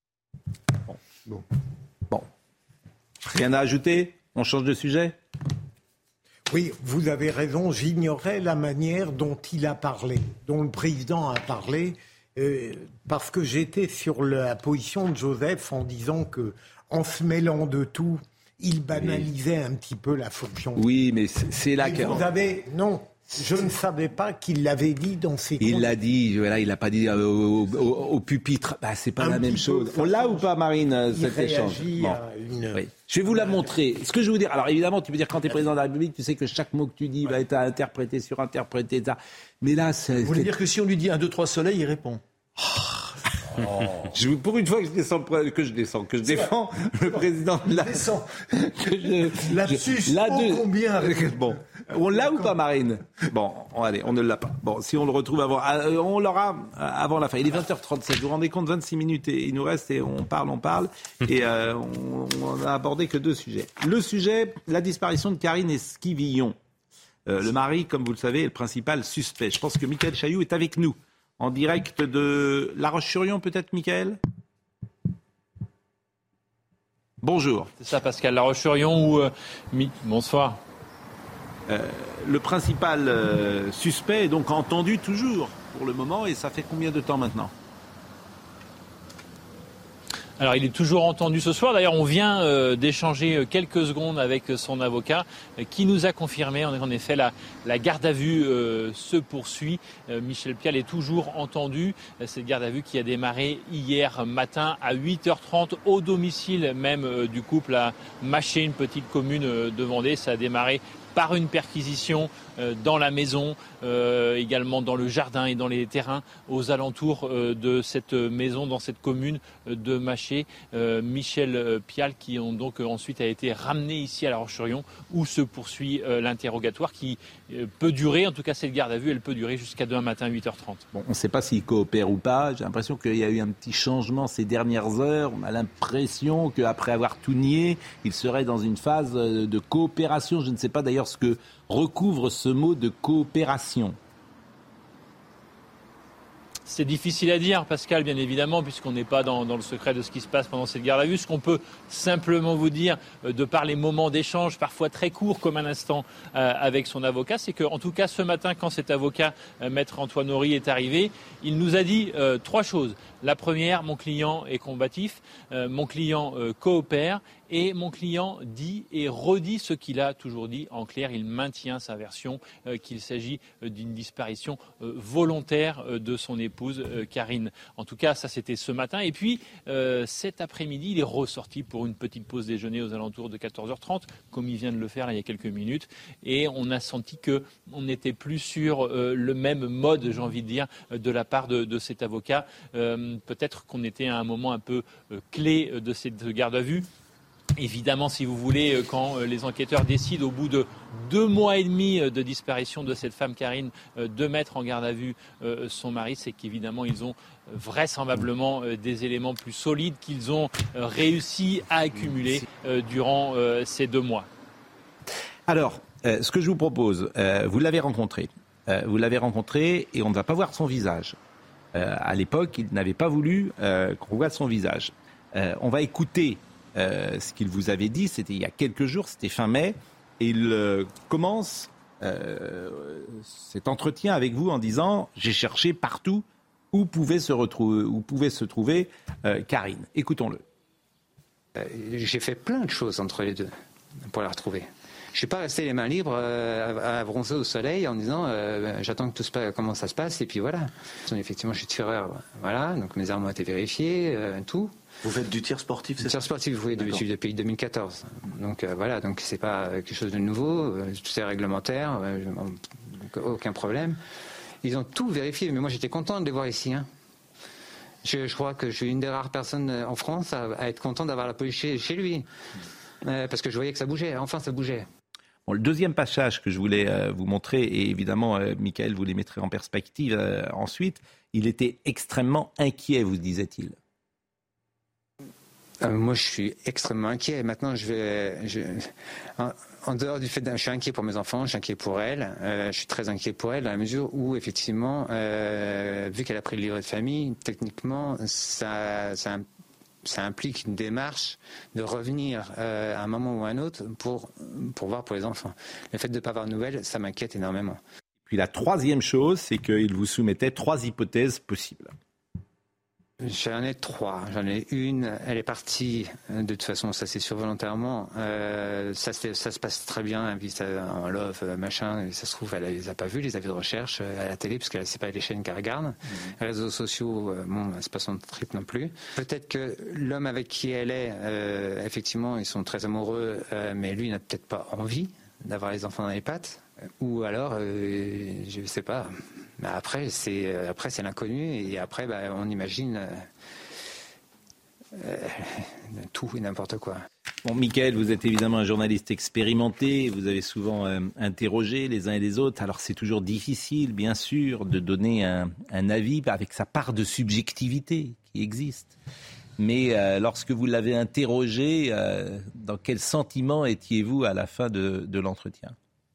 Bon. Rien à ajouter ? On change de sujet ? Oui, vous avez raison, j'ignorais la manière dont il a parlé, dont le président a parlé, parce que j'étais sur la position de Joseph en disant que, en se mêlant de tout, il banalisait un petit peu la fonction. Oui, mais c'est là que... Non, je ne savais pas qu'il l'avait dit dans ses... Il l'a dit, voilà, il l'a pas dit au pupitre. C'est pas la même chose. On l'a ou pas, Marine, cet échange ? Oui. Je vais vous la montrer. Ce que je veux vous dire, alors évidemment, tu peux dire quand tu es président de la République, tu sais que chaque mot que tu dis va être interprété, surinterprété, etc. Mais là, c'est... Vous voulez dire que si on lui dit 1, 2, 3 soleil, il répond. Pour une fois que je défends le président de la... Lapsus, combien Bon, on l'a ou pas, Marine ? Bon, allez, on ne l'a pas. Bon, si on le retrouve avant... on l'aura avant la fin. Il est 20h37, vous vous rendez compte, 26 minutes, et il nous reste, et on parle, et on n'a abordé que deux sujets. Le sujet, la disparition de Karine Esquivillon. Le mari, comme vous le savez, est le principal suspect. Je pense que Michael Chailloux est avec nous. En direct de La Roche-sur-Yon, peut-être, Michael ? Bonjour. C'est ça, Pascal. La Roche-sur-Yon ou... Bonsoir. Le principal suspect est donc entendu toujours, pour le moment, et ça fait combien de temps maintenant ? Alors, il est toujours entendu ce soir. D'ailleurs, on vient d'échanger quelques secondes avec son avocat qui nous a confirmé, en effet, la garde à vue se poursuit. Michel Pial est toujours entendu. Cette garde à vue qui a démarré hier matin à 8h30 au domicile même du couple à Maché, une petite commune de Vendée. Ça a démarré par une perquisition dans la maison, également dans le jardin et dans les terrains aux alentours de cette maison, dans cette commune de Maché. Michel Pial, qui ont donc ensuite a été ramené ici à La Roche-sur-Yon, où se poursuit l'interrogatoire qui peut durer, en tout cas cette garde à vue, elle peut durer jusqu'à demain matin 8h30. Bon, on ne sait pas s'il coopère ou pas. J'ai l'impression qu'il y a eu un petit changement ces dernières heures. On a l'impression qu'après avoir tout nié, il serait dans une phase de coopération. Je ne sais pas d'ailleurs ce que recouvre ce mot de coopération. C'est difficile à dire, Pascal, bien évidemment, puisqu'on n'est pas dans le secret de ce qui se passe pendant cette garde à vue. Ce qu'on peut simplement vous dire, de par les moments d'échange, parfois très courts, comme un instant avec son avocat, c'est qu'en tout cas, ce matin, quand cet avocat, Maître Antoine Horry, est arrivé, il nous a dit 3 choses. La première, mon client est combatif, mon client coopère, et mon client dit et redit ce qu'il a toujours dit. En clair, il maintient sa version qu'il s'agit d'une disparition volontaire de son épouse Karine. En tout cas, ça c'était ce matin. Et puis, cet après-midi, il est ressorti pour une petite pause déjeuner aux alentours de 14h30, comme il vient de le faire là, il y a quelques minutes. Et on a senti qu'on n'était plus sur le même mode, j'ai envie de dire, de la part de cet avocat. Peut-être qu'on était à un moment un peu clé de cette garde à vue. Évidemment, si vous voulez, quand les enquêteurs décident au bout de 2 mois et demi de disparition de cette femme Karine de mettre en garde à vue son mari, c'est qu'évidemment ils ont vraisemblablement des éléments plus solides qu'ils ont réussi à accumuler durant ces 2 mois. Alors, ce que je vous propose, vous l'avez rencontré et on ne va pas voir son visage. À l'époque, il n'avait pas voulu qu'on voit son visage. On va écouter ce qu'il vous avait dit, c'était il y a quelques jours, c'était fin mai, et il commence cet entretien avec vous en disant « J'ai cherché partout où pouvait se trouver Karine ». Écoutons-le. J'ai fait plein de choses entre les deux pour la retrouver. Je ne suis pas resté les mains libres à bronzer au soleil en disant j'attends que tout se passe, comment ça se passe, et puis voilà. Effectivement, je suis tireur, voilà, donc mes armes ont été vérifiées, tout. Vous faites du tir sportif, c'est ça ? Tir sportif, oui, depuis 2014. Donc voilà, donc c'est pas quelque chose de nouveau, tout est réglementaire, donc aucun problème. Ils ont tout vérifié, mais moi j'étais content de les voir ici. Hein. Je crois que je suis une des rares personnes en France à être content d'avoir la police chez lui, parce que je voyais que ça bougeait, enfin ça bougeait. Bon, le deuxième passage que je voulais vous montrer, et évidemment, Michael, vous les mettrez en perspective ensuite, il était extrêmement inquiet, vous disait-il. Moi, je suis extrêmement inquiet. Maintenant, en dehors du fait je suis inquiet pour mes enfants, je suis inquiet pour elle. Je suis très inquiet pour elle dans la mesure où, effectivement, vu qu'elle a pris le livret de famille, techniquement, ça implique une démarche de revenir à un moment ou à un autre pour voir pour les enfants. Le fait de ne pas avoir de nouvelles, ça m'inquiète énormément. Puis la troisième chose, c'est qu'il vous soumettait 3 hypothèses possibles. J'en ai 3. J'en ai une, elle est partie, de toute façon, ça c'est sûr volontairement. Ça se passe très bien, en love, machin. Et ça se trouve, elle les a pas vus, les avis de recherche à la télé, parce qu'elle sait pas les chaînes qu'elle regarde. Les réseaux sociaux, c'est pas son trip non plus. Peut-être que l'homme avec qui elle est, effectivement, ils sont très amoureux, mais lui, il n'a peut-être pas envie d'avoir les enfants dans les pattes. Ou alors, je sais pas. Mais après, c'est l'inconnu, et après, on imagine tout et n'importe quoi. Bon, Michael, vous êtes évidemment un journaliste expérimenté, vous avez souvent interrogé les uns et les autres. Alors c'est toujours difficile, bien sûr, de donner un avis avec sa part de subjectivité qui existe. Mais lorsque vous l'avez interrogé, dans quel sentiment étiez-vous à la fin de l'entretien ?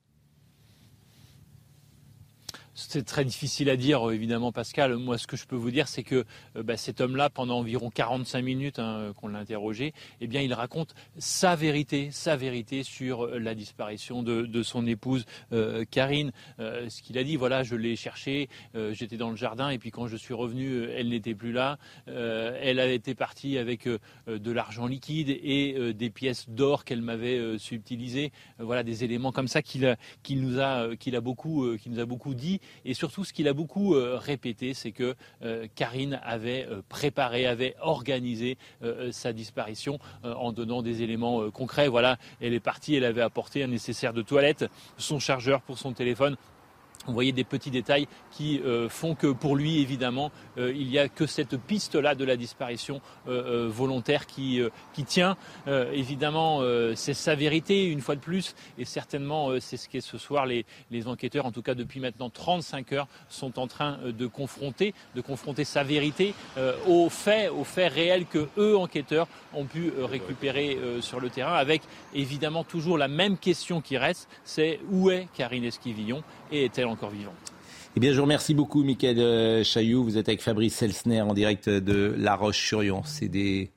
C'est très difficile à dire, évidemment, Pascal. Moi, ce que je peux vous dire, c'est que cet homme-là, pendant environ 45 minutes qu'on l'a interrogé, eh bien, il raconte sa vérité sur la disparition de son épouse Karine. Ce qu'il a dit, voilà, je l'ai cherchée, j'étais dans le jardin, et puis quand je suis revenu, elle n'était plus là. Elle a été partie avec de l'argent liquide et des pièces d'or qu'elle m'avait subtilisées. Voilà, des éléments comme ça qu'il nous a beaucoup dit. Et surtout, ce qu'il a beaucoup répété, c'est que Karine avait préparé, avait organisé sa disparition en donnant des éléments concrets. Voilà, elle est partie, elle avait apporté un nécessaire de toilette, son chargeur pour son téléphone. Vous voyez des petits détails qui font que pour lui, évidemment, il n'y a que cette piste-là de la disparition volontaire qui tient. Évidemment, c'est sa vérité, une fois de plus, et certainement, c'est ce qu'est ce soir les enquêteurs, en tout cas depuis maintenant 35 heures, sont en train de confronter sa vérité aux faits réels que eux, enquêteurs, ont pu récupérer sur le terrain, avec évidemment toujours la même question qui reste, c'est où est Karine Esquivillon et est-elle encore vivante? Eh bien, je vous remercie beaucoup, Mickaël Chailloux. Vous êtes avec Fabrice Elsner en direct de La Roche-sur-Yon. C'est des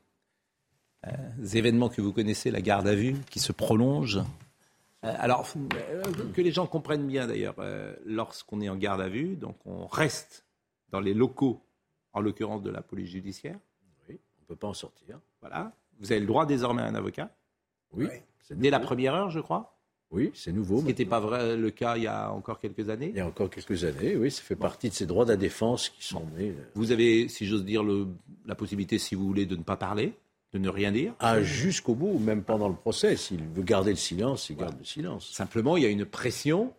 événements que vous connaissez, la garde à vue, qui se prolonge. Alors, que les gens comprennent bien d'ailleurs, lorsqu'on est en garde à vue, donc on reste dans les locaux, en l'occurrence de la police judiciaire. Oui, on ne peut pas en sortir. Voilà. Vous avez le droit désormais à un avocat. Oui. Dès la première heure, je crois. Oui, c'est nouveau. Ce qui n'était pas vrai le cas il y a encore quelques années. Il y a encore quelques années, oui, ça fait partie de ces droits de la défense qui sont nés. Vous avez, si j'ose dire, la possibilité, si vous voulez, de ne pas parler, de ne rien dire. Ah, jusqu'au bout, même pendant le procès. S'il veut garder le silence, il garde le silence. Simplement, il y a une pression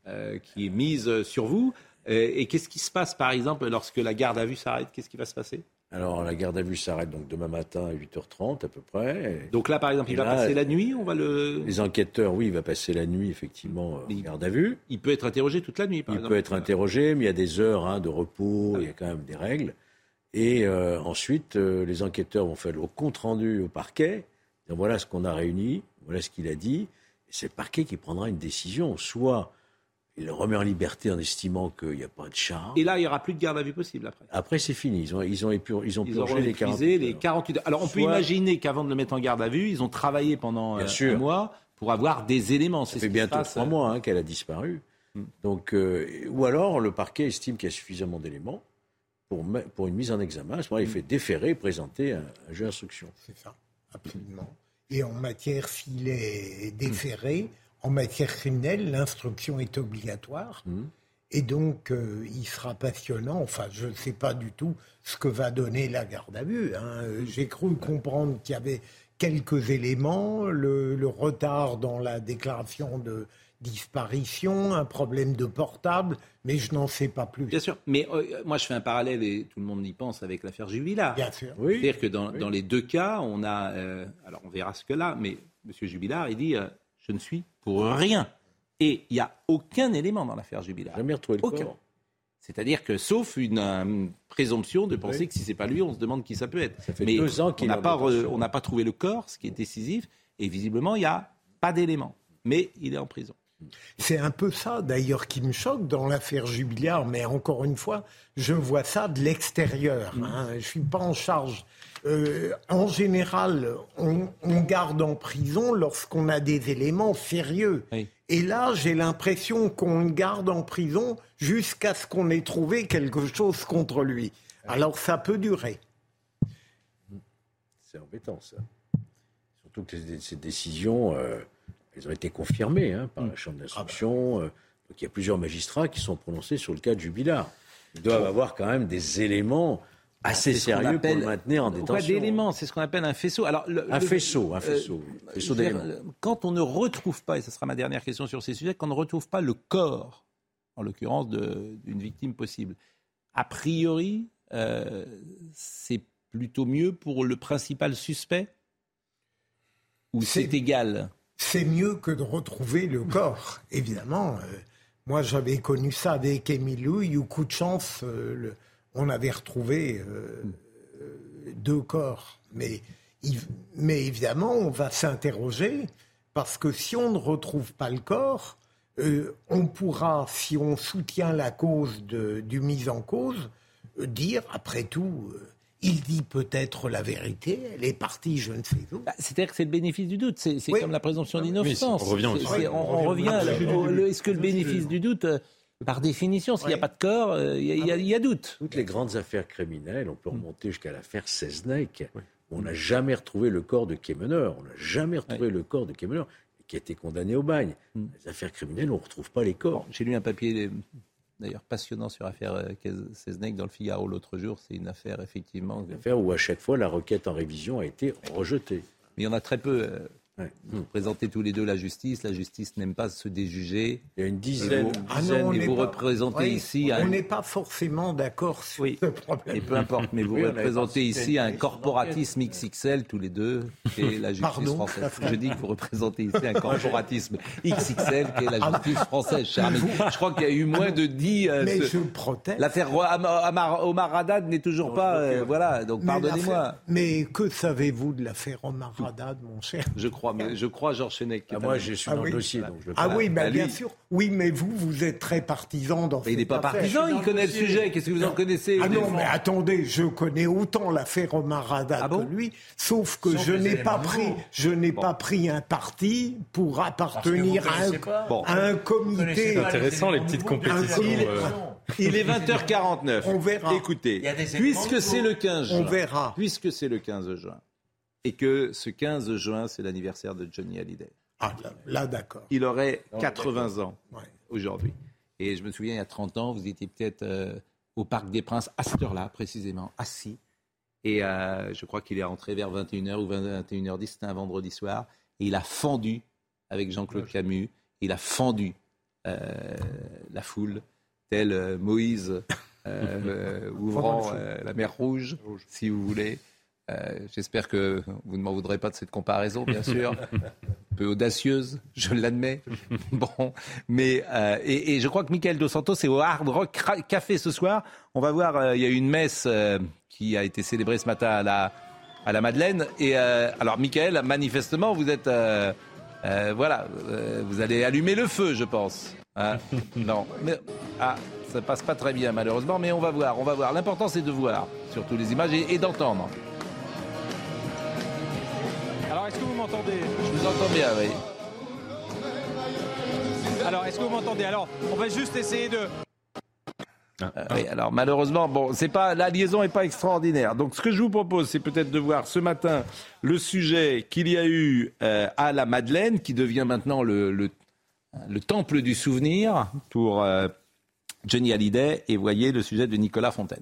qui est mise sur vous. Et qu'est-ce qui se passe, par exemple, lorsque la garde à vue s'arrête? Qu'est-ce qui va se passer? Alors, la garde à vue s'arrête donc demain matin à 8h30 à peu près. Donc là, par exemple, il va passer la nuit, Les enquêteurs, oui, il va passer la nuit, effectivement, en garde à vue. Il peut être interrogé toute la nuit, par exemple. Il peut être interrogé, mais il y a des heures de repos, il y a quand même des règles. Et ensuite, les enquêteurs vont faire le compte-rendu au parquet. Donc, voilà ce qu'on a réuni, voilà ce qu'il a dit. Et c'est le parquet qui prendra une décision. Soit il le remet en liberté en estimant qu'il n'y a pas de charge. Et là, il n'y aura plus de garde à vue possible après. Après, c'est fini. Ils ont purgé les 48 heures. Alors, on peut imaginer qu'avant de le mettre en garde à vue, ils ont travaillé pendant un mois pour avoir des éléments. Ça fait bientôt 3 mois qu'elle a disparu. Donc, ou alors, le parquet estime qu'il y a suffisamment d'éléments pour une mise en examen. À ce moment-là, il fait déférer, présenter un juge d'instruction. C'est ça, absolument. Et en matière, s'il est déféré, en matière criminelle, l'instruction est obligatoire. Et donc, il sera passionnant. Enfin, je ne sais pas du tout ce que va donner la garde à vue. J'ai cru comprendre qu'il y avait quelques éléments, le retard dans la déclaration de disparition, un problème de portable, mais je n'en sais pas plus. Bien sûr, mais moi je fais un parallèle, et tout le monde y pense, avec l'affaire Jubilard. Bien sûr. C'est-à-dire que dans les deux cas, on a... alors on verra ce que là, mais M. Jubilard, il dit... je ne suis pour rien. Et il n'y a aucun élément dans l'affaire Jubilard. Jamais retrouvé le corps. C'est-à-dire que, sauf une présomption de penser que si ce n'est pas lui, on se demande qui ça peut être. Ça fait mais 2 ans qu'il on n'a pas trouvé le corps, ce qui est décisif, et visiblement, il n'y a pas d'élément. Mais il est en prison. C'est un peu ça, d'ailleurs, qui me choque dans l'affaire Jubilard, mais encore une fois, je vois ça de l'extérieur. Je ne suis pas en charge. En général, on garde en prison lorsqu'on a des éléments sérieux. Oui. Et là, j'ai l'impression qu'on garde en prison jusqu'à ce qu'on ait trouvé quelque chose contre lui. Alors, ça peut durer. C'est embêtant, ça. Surtout que ces décisions... elles ont été confirmées par la Chambre d'instruction. Donc il y a plusieurs magistrats qui sont prononcés sur le cas de Jubilard. Ils doivent avoir quand même des éléments assez sérieux pour le maintenir en détention. Pas d'éléments, c'est ce qu'on appelle un faisceau. Alors, un faisceau d'éléments. Quand on ne retrouve pas, et ce sera ma dernière question sur ces sujets, quand on ne retrouve pas le corps, en l'occurrence d'une victime possible, a priori, c'est plutôt mieux pour le principal suspect? Ou c'est égal? C'est mieux que de retrouver le corps, évidemment. Moi, j'avais connu ça avec Émile Louis, où, coup de chance, on avait retrouvé 2 corps. Mais évidemment, on va s'interroger, parce que si on ne retrouve pas le corps, on pourra, si on soutient la cause du mis en cause, dire, après tout... il dit peut-être la vérité, elle est partie, je ne sais où. C'est-à-dire que c'est le bénéfice du doute, c'est comme la présomption d'innocence. On revient Est-ce que le bénéfice du doute, par définition, s'il n'y a pas de corps, il y a doute? Toutes les grandes affaires criminelles, on peut remonter jusqu'à l'affaire Seznec, où on n'a jamais retrouvé le corps de Quémeneur. On n'a jamais retrouvé le corps de Quémeneur, qui a été condamné au bagne. Les affaires criminelles, on ne retrouve pas les corps. J'ai lu un papier d'ailleurs passionnant sur l'affaire Seznec dans le Figaro l'autre jour. C'est une affaire effectivement... Une affaire où à chaque fois la requête en révision a été rejetée. Mais il y en a très peu. Vous représentez tous les deux la justice n'aime pas se déjuger. Il y a une dizaine. Et vous représentez ici... On n'est pas forcément d'accord sur ce problème. Et peu importe, mais vous représentez ici un corporatisme XXL tous les deux, qui est la justice française. Je dis que vous représentez ici un corporatisme XXL, qui est la justice française, cher ami. Je crois qu'il y a eu moins de 10... mais je proteste. L'affaire Omar Haddad n'est toujours pas... voilà, donc pardonnez-moi. Mais que savez-vous de l'affaire Omar Haddad, mon cher ? Je crois Georges Fenech. Moi, je suis dans le dossier. Donc je bien sûr. Oui, mais vous êtes très partisan dans cette affaire. Il n'est pas partisan, il connaît le sujet. Qu'est-ce que vous en connaissez ? Non, mais attendez, je connais autant l'affaire Omar Haddad que lui, sauf que je n'ai pas pris un parti pour appartenir à un comité. C'est intéressant, les petites compétitions. Il est 20h49. On verra. Écoutez, puisque c'est le 15 juin. On verra. Puisque c'est le 15 juin. Et que ce 15 juin, c'est l'anniversaire de Johnny Hallyday. Ah, là d'accord. Il aurait 80 ans aujourd'hui. Et je me souviens, il y a 30 ans, vous étiez peut-être au Parc des Princes, à cette heure-là, précisément, assis. Et je crois qu'il est rentré vers 21h ou 21h10, c'était un vendredi soir. Et il a fendu, avec Jean-Claude Camus, il a fendu la foule, tel Moïse ouvrant la mer Rouge, si vous voulez. J'espère que vous ne m'en voudrez pas de cette comparaison, bien sûr. Un peu audacieuse, je l'admets. Bon, mais et je crois que Michael Dos Santos est au Hard Rock Café ce soir. On va voir, il y a eu une messe qui a été célébrée ce matin à la Madeleine. Et alors, Michael, manifestement, vous êtes... vous allez allumer le feu, je pense. Non, mais... ça passe pas très bien, malheureusement, mais on va voir. L'important, c'est de voir, surtout les images, et d'entendre. Alors, est-ce que vous m'entendez ? Je vous entends bien, oui. Alors, est-ce que vous m'entendez ? Alors, on va juste essayer de... Oui, alors malheureusement, la liaison n'est pas extraordinaire. Donc ce que je vous propose, c'est peut-être de voir ce matin le sujet qu'il y a eu à la Madeleine, qui devient maintenant le temple du souvenir pour Johnny Hallyday, et voyez le sujet de Nicolas Fontaine.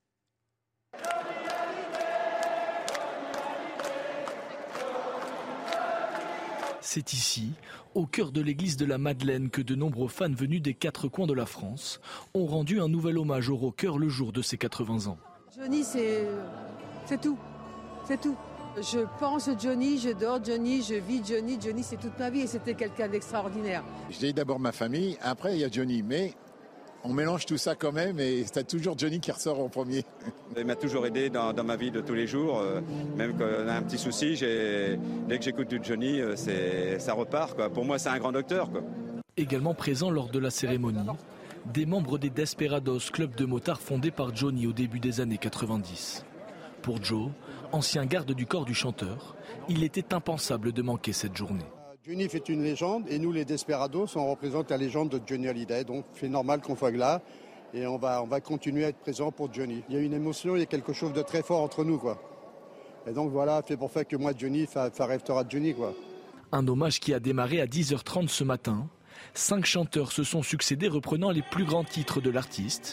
C'est ici, au cœur de l'église de la Madeleine, que de nombreux fans venus des quatre coins de la France ont rendu un nouvel hommage au rocker le jour de ses 80 ans. Johnny, c'est tout. C'est tout. Je pense Johnny, je dors Johnny, je vis Johnny. Johnny, c'est toute ma vie et c'était quelqu'un d'extraordinaire. Je dis d'abord ma famille, après il y a Johnny, mais on mélange tout ça quand même et c'est toujours Johnny qui ressort en premier. Il m'a toujours aidé dans ma vie de tous les jours, même quand on a un petit souci, dès que j'écoute du Johnny, ça repart, quoi. Pour moi, c'est un grand docteur, quoi. Également présent lors de la cérémonie, des membres des Desperados, club de motards fondé par Johnny au début des années 90. Pour Joe, ancien garde du corps du chanteur, il était impensable de manquer cette journée. Johnny est une légende et nous les Desperados on représente la légende de Johnny Hallyday, donc c'est normal qu'on soit là et on va continuer à être présent pour Johnny. Il y a une émotion, il y a quelque chose de très fort entre nous, quoi. Et donc voilà, c'est pour ça que moi Johnny, ça restera Johnny, quoi. Un hommage qui a démarré à 10h30 ce matin. 5 chanteurs se sont succédés reprenant les plus grands titres de l'artiste.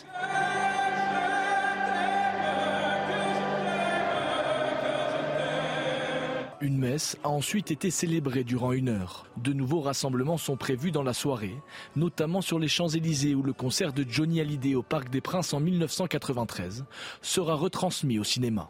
Une messe a ensuite été célébrée durant 1 heure. De nouveaux rassemblements sont prévus dans la soirée, notamment sur les Champs-Élysées où le concert de Johnny Hallyday au Parc des Princes en 1993 sera retransmis au cinéma.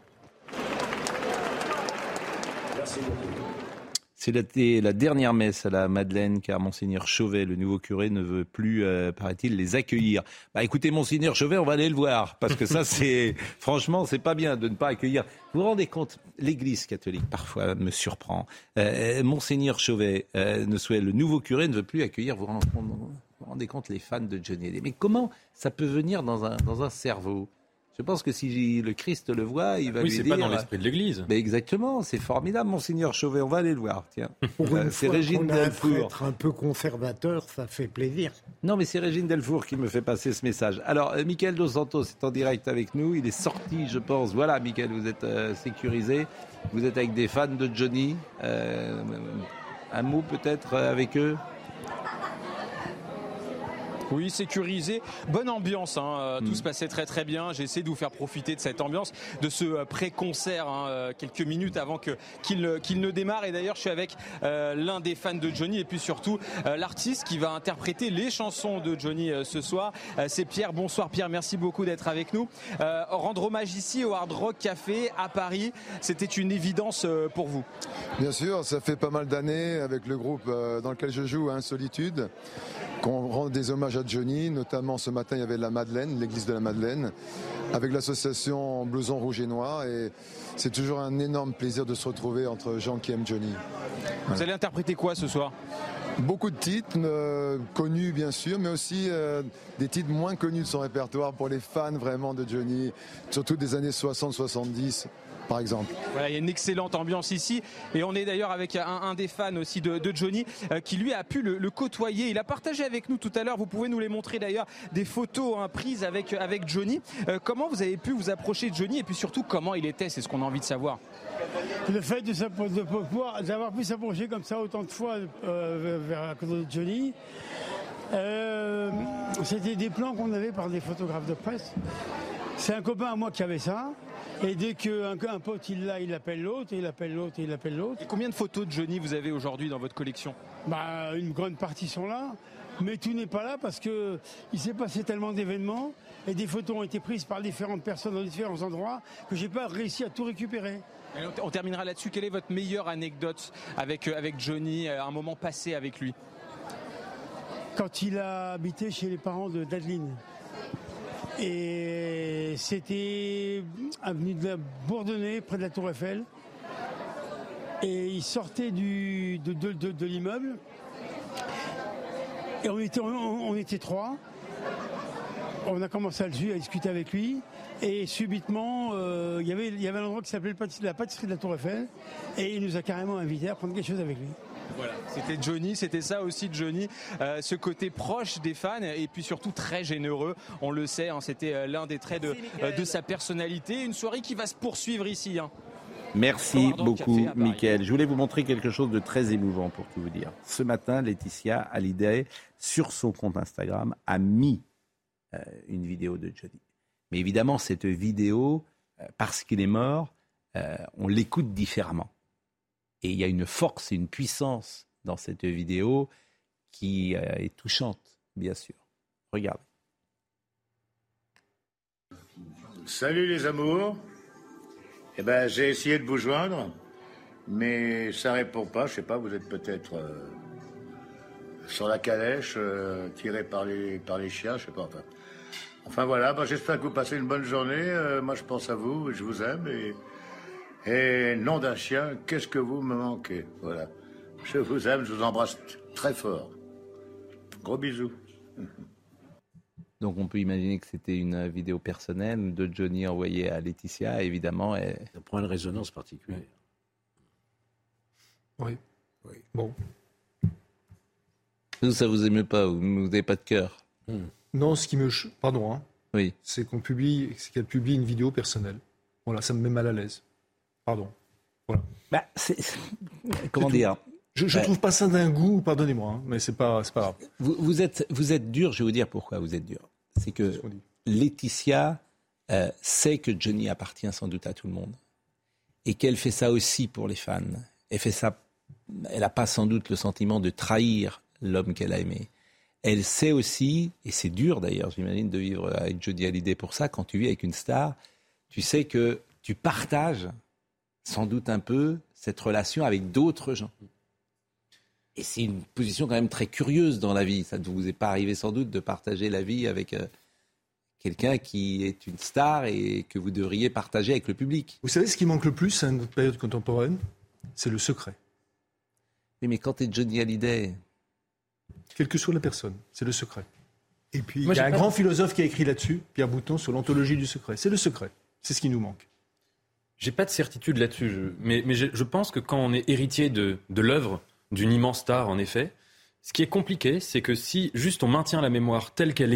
Merci beaucoup. C'est la dernière messe à la Madeleine, car Monseigneur Chauvet, le nouveau curé, ne veut plus, paraît-il, les accueillir. Écoutez, Monseigneur Chauvet, on va aller le voir, parce que ça, franchement, c'est pas bien de ne pas accueillir. Vous vous rendez compte, l'Église catholique, parfois, me surprend. Monseigneur Chauvet, le nouveau curé, ne veut plus accueillir, vous vous rendez compte, les fans de Johnny Hallyday. Mais comment ça peut venir dans un cerveau ? Je pense que si le Christ le voit, il va lui dire... Oui, c'est pas dans l'esprit de l'Église. Mais exactement, c'est formidable, Monseigneur Chauvet. On va aller le voir, tiens. C'est Régine Delfour. Être un peu conservateur, ça fait plaisir. Non, mais c'est Régine Delfour qui me fait passer ce message. Alors, Michael Dos Santos est en direct avec nous. Il est sorti, je pense. Voilà, Michael, vous êtes sécurisé. Vous êtes avec des fans de Johnny. Un mot peut-être avec eux ? Oui, sécurisé. Bonne ambiance, tout se passait très très bien. J'ai essayé de vous faire profiter de cette ambiance, de ce pré-concert, quelques minutes avant qu'il ne démarre. Et d'ailleurs, je suis avec l'un des fans de Johnny et puis surtout l'artiste qui va interpréter les chansons de Johnny ce soir. C'est Pierre. Bonsoir Pierre, merci beaucoup d'être avec nous. Rendre hommage ici au Hard Rock Café à Paris, c'était une évidence pour vous? Bien sûr, ça fait pas mal d'années avec le groupe dans lequel je joue, Solitude, qu'on rend des hommages à Johnny, notamment ce matin il y avait la Madeleine, l'église de la Madeleine, avec l'association Blouson Rouge et Noir, et c'est toujours un énorme plaisir de se retrouver entre gens qui aiment Johnny. Vous allez interpréter quoi ce soir? Beaucoup de titres connus bien sûr, mais aussi des titres moins connus de son répertoire pour les fans vraiment de Johnny, surtout des années 60-70. Par exemple. Voilà, il y a une excellente ambiance ici et on est d'ailleurs avec un des fans aussi de Johnny qui lui a pu le côtoyer. Il a partagé avec nous tout à l'heure, vous pouvez nous les montrer d'ailleurs, des photos prises avec Johnny. Comment vous avez pu vous approcher de Johnny et puis surtout comment il était, c'est ce qu'on a envie de savoir. Le fait d'avoir pu s'approcher comme ça autant de fois vers Johnny, c'était des plans qu'on avait par des photographes de presse. C'est un copain à moi qui avait ça. Et dès qu'un pote il appelle l'autre, et il appelle l'autre, et il appelle l'autre. Et combien de photos de Johnny vous avez aujourd'hui dans votre collection? Une grande partie sont là, mais tout n'est pas là parce qu'il s'est passé tellement d'événements et des photos ont été prises par différentes personnes dans différents endroits que j'ai pas réussi à tout récupérer. Et on terminera là-dessus. Quelle est votre meilleure anecdote avec Johnny, un moment passé avec lui? Quand il a habité chez les parents d'Adeline. Et c'était avenue de la Bourdonnais, près de la Tour Eiffel. Et il sortait de l'immeuble. Et on était trois. On a commencé à discuter avec lui. Et subitement, il y avait un endroit qui s'appelait la pâtisserie de la Tour Eiffel. Et il nous a carrément invités à prendre quelque chose avec lui. Voilà, c'était Johnny, c'était ça aussi Johnny, ce côté proche des fans et puis surtout très généreux, on le sait, c'était l'un des traits de sa personnalité. Une soirée qui va se poursuivre ici. Merci beaucoup Mickaël. Je voulais vous montrer quelque chose de très émouvant pour tout vous dire. Ce matin, Laetitia Hallyday, sur son compte Instagram, a mis une vidéo de Johnny. Mais évidemment, cette vidéo, parce qu'il est mort, on l'écoute différemment. Et il y a une force et une puissance dans cette vidéo qui est touchante, bien sûr. Regardez. Salut les amours. J'ai essayé de vous joindre, mais ça répond pas. Je sais pas, vous êtes peut-être sur la calèche, tiré par les chiens, je sais pas. Enfin voilà, j'espère que vous passez une bonne journée. Moi, je pense à vous, je vous aime et nom d'un chien, qu'est-ce que vous me manquez. Voilà. Je vous aime, je vous embrasse très fort. Gros bisous. Donc on peut imaginer que c'était une vidéo personnelle de Johnny envoyée à Laetitia, évidemment. Ça prend une résonance particulière. Oui. Bon. Ça vous émeut pas, vous n'avez pas de cœur. Non, ce qui me... Pardon, oui. C'est qu'elle publie une vidéo personnelle. Voilà, ça me met mal à l'aise. Pardon. Voilà. Comment dire? Je trouve pas ça d'un goût, pardonnez-moi, mais c'est pas grave. Vous êtes dur, je vais vous dire pourquoi vous êtes dur. C'est que Laetitia sait que Johnny appartient sans doute à tout le monde. Et qu'elle fait ça aussi pour les fans. Elle n'a pas sans doute le sentiment de trahir l'homme qu'elle a aimé. Elle sait aussi, et c'est dur d'ailleurs, j'imagine, de vivre avec Johnny Hallyday pour ça, quand tu vis avec une star, tu sais que tu partages sans doute un peu cette relation avec d'autres gens. Et c'est une position quand même très curieuse dans la vie. Ça ne vous est pas arrivé sans doute de partager la vie avec quelqu'un qui est une star et que vous devriez partager avec le public. Vous savez ce qui manque le plus à notre période contemporaine? C'est le secret. Oui, mais quand tu es Johnny Hallyday... Quelle que soit la personne, c'est le secret. Et puis, il y a un grand philosophe qui a écrit là-dessus, Pierre Bouton, sur l'anthologie du secret. C'est le secret. C'est ce qui nous manque. J'ai pas de certitude là-dessus, mais je pense que quand on est héritier de l'œuvre d'une immense star, en effet, ce qui est compliqué, c'est que si juste on maintient la mémoire telle qu'elle était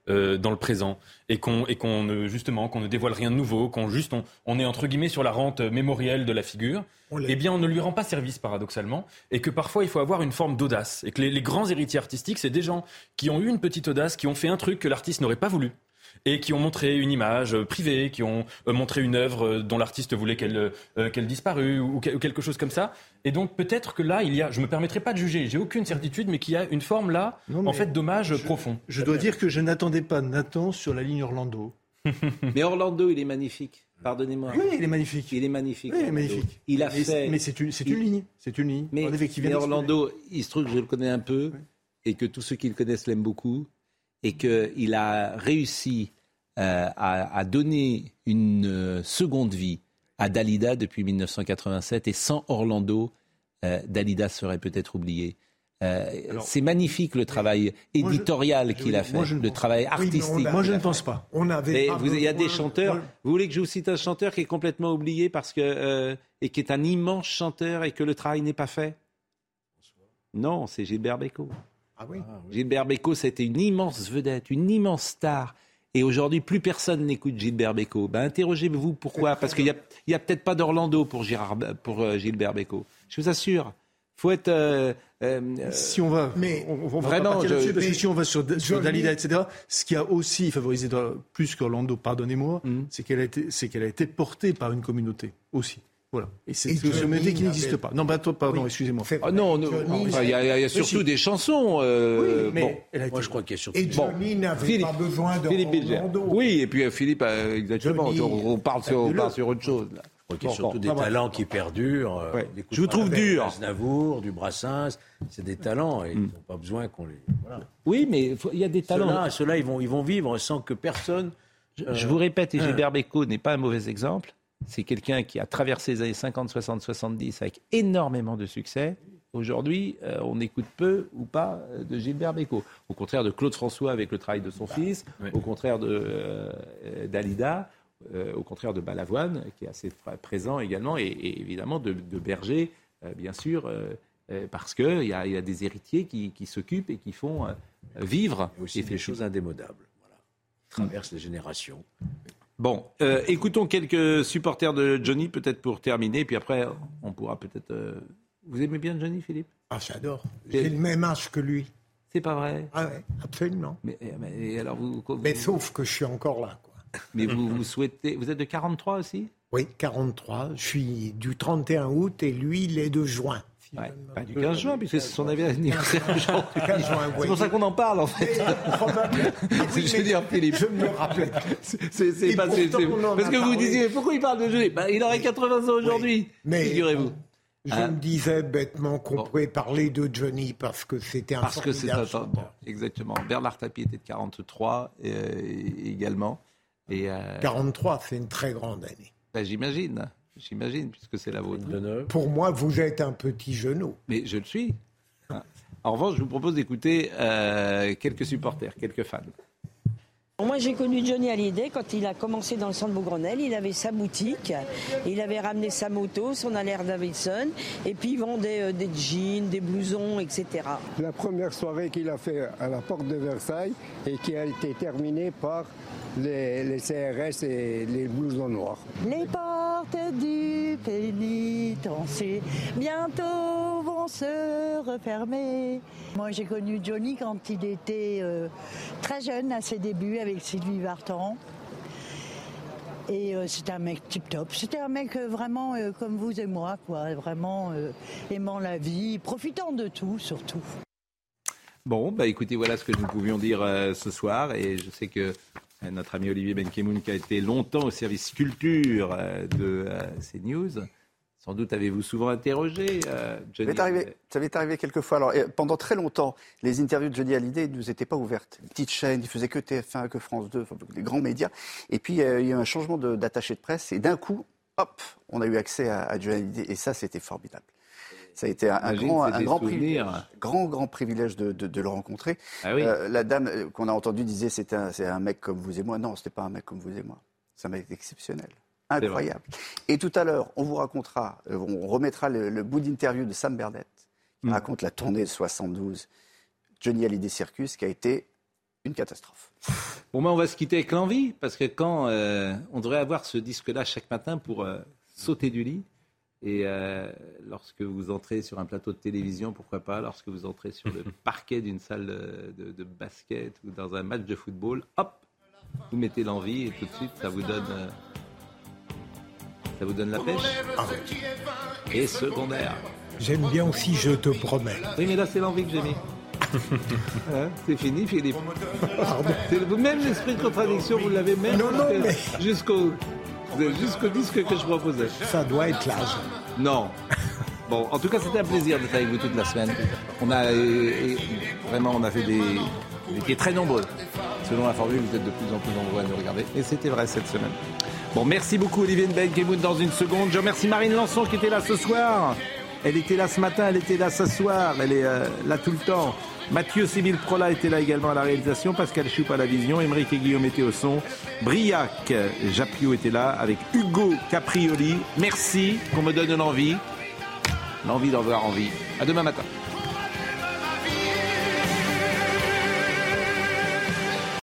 dans le présent et qu'on ne dévoile rien de nouveau, on est entre guillemets sur la rente mémorielle de la figure, eh bien on ne lui rend pas service paradoxalement, et que parfois il faut avoir une forme d'audace, et que les grands héritiers artistiques, c'est des gens qui ont eu une petite audace, qui ont fait un truc que l'artiste n'aurait pas voulu, et qui ont montré une image privée, qui ont montré une œuvre dont l'artiste voulait qu'elle disparût, ou quelque chose comme ça. Et donc peut-être que là, je me permettrai pas de juger, j'ai aucune certitude, mais qu'il y a une forme là, en fait, d'hommage profond. Je dois dire que je n'attendais pas Nathan sur la ligne Orlando. Mais Orlando, il est magnifique. Pardonnez-moi. Oui, il est magnifique. Il est magnifique. Oui, il est magnifique. Il a fait. Mais c'est une ligne. C'est une ligne. Mais Orlando, il se trouve que je le connais un peu, et que tous ceux qui le connaissent l'aiment beaucoup, et qu'il a réussi à donner une seconde vie à Dalida depuis 1987, et sans Orlando, Dalida serait peut-être oubliée. C'est magnifique le travail éditorial qu'il a fait, le travail artistique. Moi, je ne pense pas. Il y a des chanteurs. Vous voulez que je vous cite un chanteur qui est complètement oublié et qui est un immense chanteur et que le travail n'est pas fait? Non, c'est Gilbert Bécaud. Ah oui. Gilbert Bécaud, c'était une immense vedette, une immense star. Et aujourd'hui, plus personne n'écoute Gilbert Bécaud. Interrogez-vous pourquoi. Parce qu'il n'y a peut-être pas d'Orlando pour Gilbert Bécaud. Je vous assure. Faut être. Si on va, on va vraiment. Parce que si on va sur Dalida, etc., ce qui a aussi favorisé plus qu'Orlando, pardonnez-moi, c'est qu'elle a été portée par une communauté aussi. Voilà. Et c'est une communauté qui n'existe pas. Non, pardon, excusez-moi. Il y a surtout des chansons. Oui, mais moi, je crois qu'il y a surtout. Et Johnny n'avait pas besoin d'Orlando. Oui, et puis Philippe, exactement. On parle sur autre chose, là. Je crois qu'il y a surtout des talents qui perdurent. Je vous trouve dur. Du Aznavour, du Brassens, c'est des talents et ils n'ont pas besoin qu'on les. Voilà. Oui, mais il y a des talents. Ceux-là, ils vont vivre sans que personne. Je vous répète, et Gilbert Bécaud n'est pas un mauvais exemple. C'est quelqu'un qui a traversé les années 50, 60, 70 avec énormément de succès. Aujourd'hui, on écoute peu ou pas de Gilbert Bécaud. Au contraire de Claude François avec le travail de son fils, au contraire de Dalida. Au contraire de Balavoine, qui est assez présent également, et évidemment de Berger, bien sûr, parce qu'il y a des héritiers qui s'occupent et qui font vivre. Et aussi des choses indémodables, qui traversent les générations. Bon, écoutons quelques supporters de Johnny, peut-être pour terminer, puis après, on pourra peut-être... Vous aimez bien Johnny, Philippe? Ah, j'adore. J'ai le même âge que lui. C'est pas vrai? Ah ouais, absolument. Mais alors mais sauf que je suis encore là, quoi. Mais vous souhaitez... Vous êtes de 43 aussi? Oui, 43. Je suis du 31 août et lui, il est de juin. Pas du 15 juin, puisque c'est son anniversaire aujourd'hui. C'est pour ça qu'on en parle, en fait. Je veux dire, Philippe. Je me rappelle. C'est parce que vous disiez, pourquoi il parle de Johnny? Il aurait 80 ans aujourd'hui, figurez-vous. Je me disais bêtement qu'on pouvait parler de Johnny parce que c'était un formidable chanteur. Exactement. Bernard Tapie était de 43 également. 43, c'est une très grande année. J'imagine, puisque c'est la vôtre. Pour moi, vous êtes un petit genou. Mais je le suis. En revanche, je vous propose d'écouter quelques supporters, quelques fans. Moi, j'ai connu Johnny Hallyday quand il a commencé dans le centre Beaugrenelle. Il avait sa boutique, il avait ramené sa moto, son Harley Davidson, et puis il vendait des jeans, des blousons, etc. La première soirée qu'il a fait à la porte de Versailles et qui a été terminée par les CRS et les blousons noirs. Les portes du pénitencier bientôt vont se refermer. Moi, j'ai connu Johnny quand il était très jeune à ses débuts avec Sylvie Vartan. Et c'était un mec tip-top. C'était un mec vraiment comme vous et moi, quoi. Vraiment aimant la vie, profitant de tout, surtout. Bon, écoutez, voilà ce que nous pouvions dire ce soir. Et je sais que notre ami Olivier Benkemoun, qui a été longtemps au service culture de CNews, sans doute avez-vous souvent interrogé Johnny Hallyday. Ça m'est arrivé quelques fois. Alors, pendant très longtemps, les interviews de Johnny Hallyday ne nous étaient pas ouvertes. Une petite chaîne, il faisait que TF1, que France 2, les grands médias. Et puis, il y a eu un changement d'attaché de presse. Et d'un coup, hop, on a eu accès à Johnny Hallyday. Et ça, c'était formidable. Ça a été un grand privilège de le rencontrer. Ah oui. La dame qu'on a entendue disait c'est un mec comme vous et moi. Non, c'était pas un mec comme vous et moi. C'est un mec exceptionnel. Incroyable. Et tout à l'heure, on vous racontera, on remettra le bout d'interview de Sam Bernett qui raconte la tournée de 72, Johnny Hallyday Circus, qui a été une catastrophe. Bon, on va se quitter avec l'envie, parce que quand on devrait avoir ce disque-là chaque matin pour sauter du lit, et lorsque vous entrez sur un plateau de télévision, pourquoi pas, lorsque vous entrez sur le parquet d'une salle de basket ou dans un match de football, hop, vous mettez l'envie et tout de suite, ça vous donne la pêche. Et secondaire. J'aime bien aussi Je te promets. Oui, mais là, c'est l'envie que j'ai mis. C'est fini, Philippe. Même l'esprit de contradiction, vous l'avez même jusqu'au disque que je proposais. Ça doit être l'âge. Non. Bon, en tout cas, c'était un plaisir d'être avec vous toute la semaine. On a fait des étiez très nombreux. Selon la formule, vous êtes de plus en plus nombreux à nous regarder. Et c'était vrai cette semaine. Bon, merci beaucoup Olivier Benkemoun dans une seconde. Je remercie Marine Lançon qui était là ce soir. Elle était là ce matin, elle était là ce soir. Elle est là tout le temps. Mathieu Séville Prola était là également à la réalisation. Pascal Choup à la vision. Émeric et Guillaume étaient au son. Briac Japio était là avec Hugo Caprioli. Merci qu'on me donne l'envie d'en voir envie. À demain matin.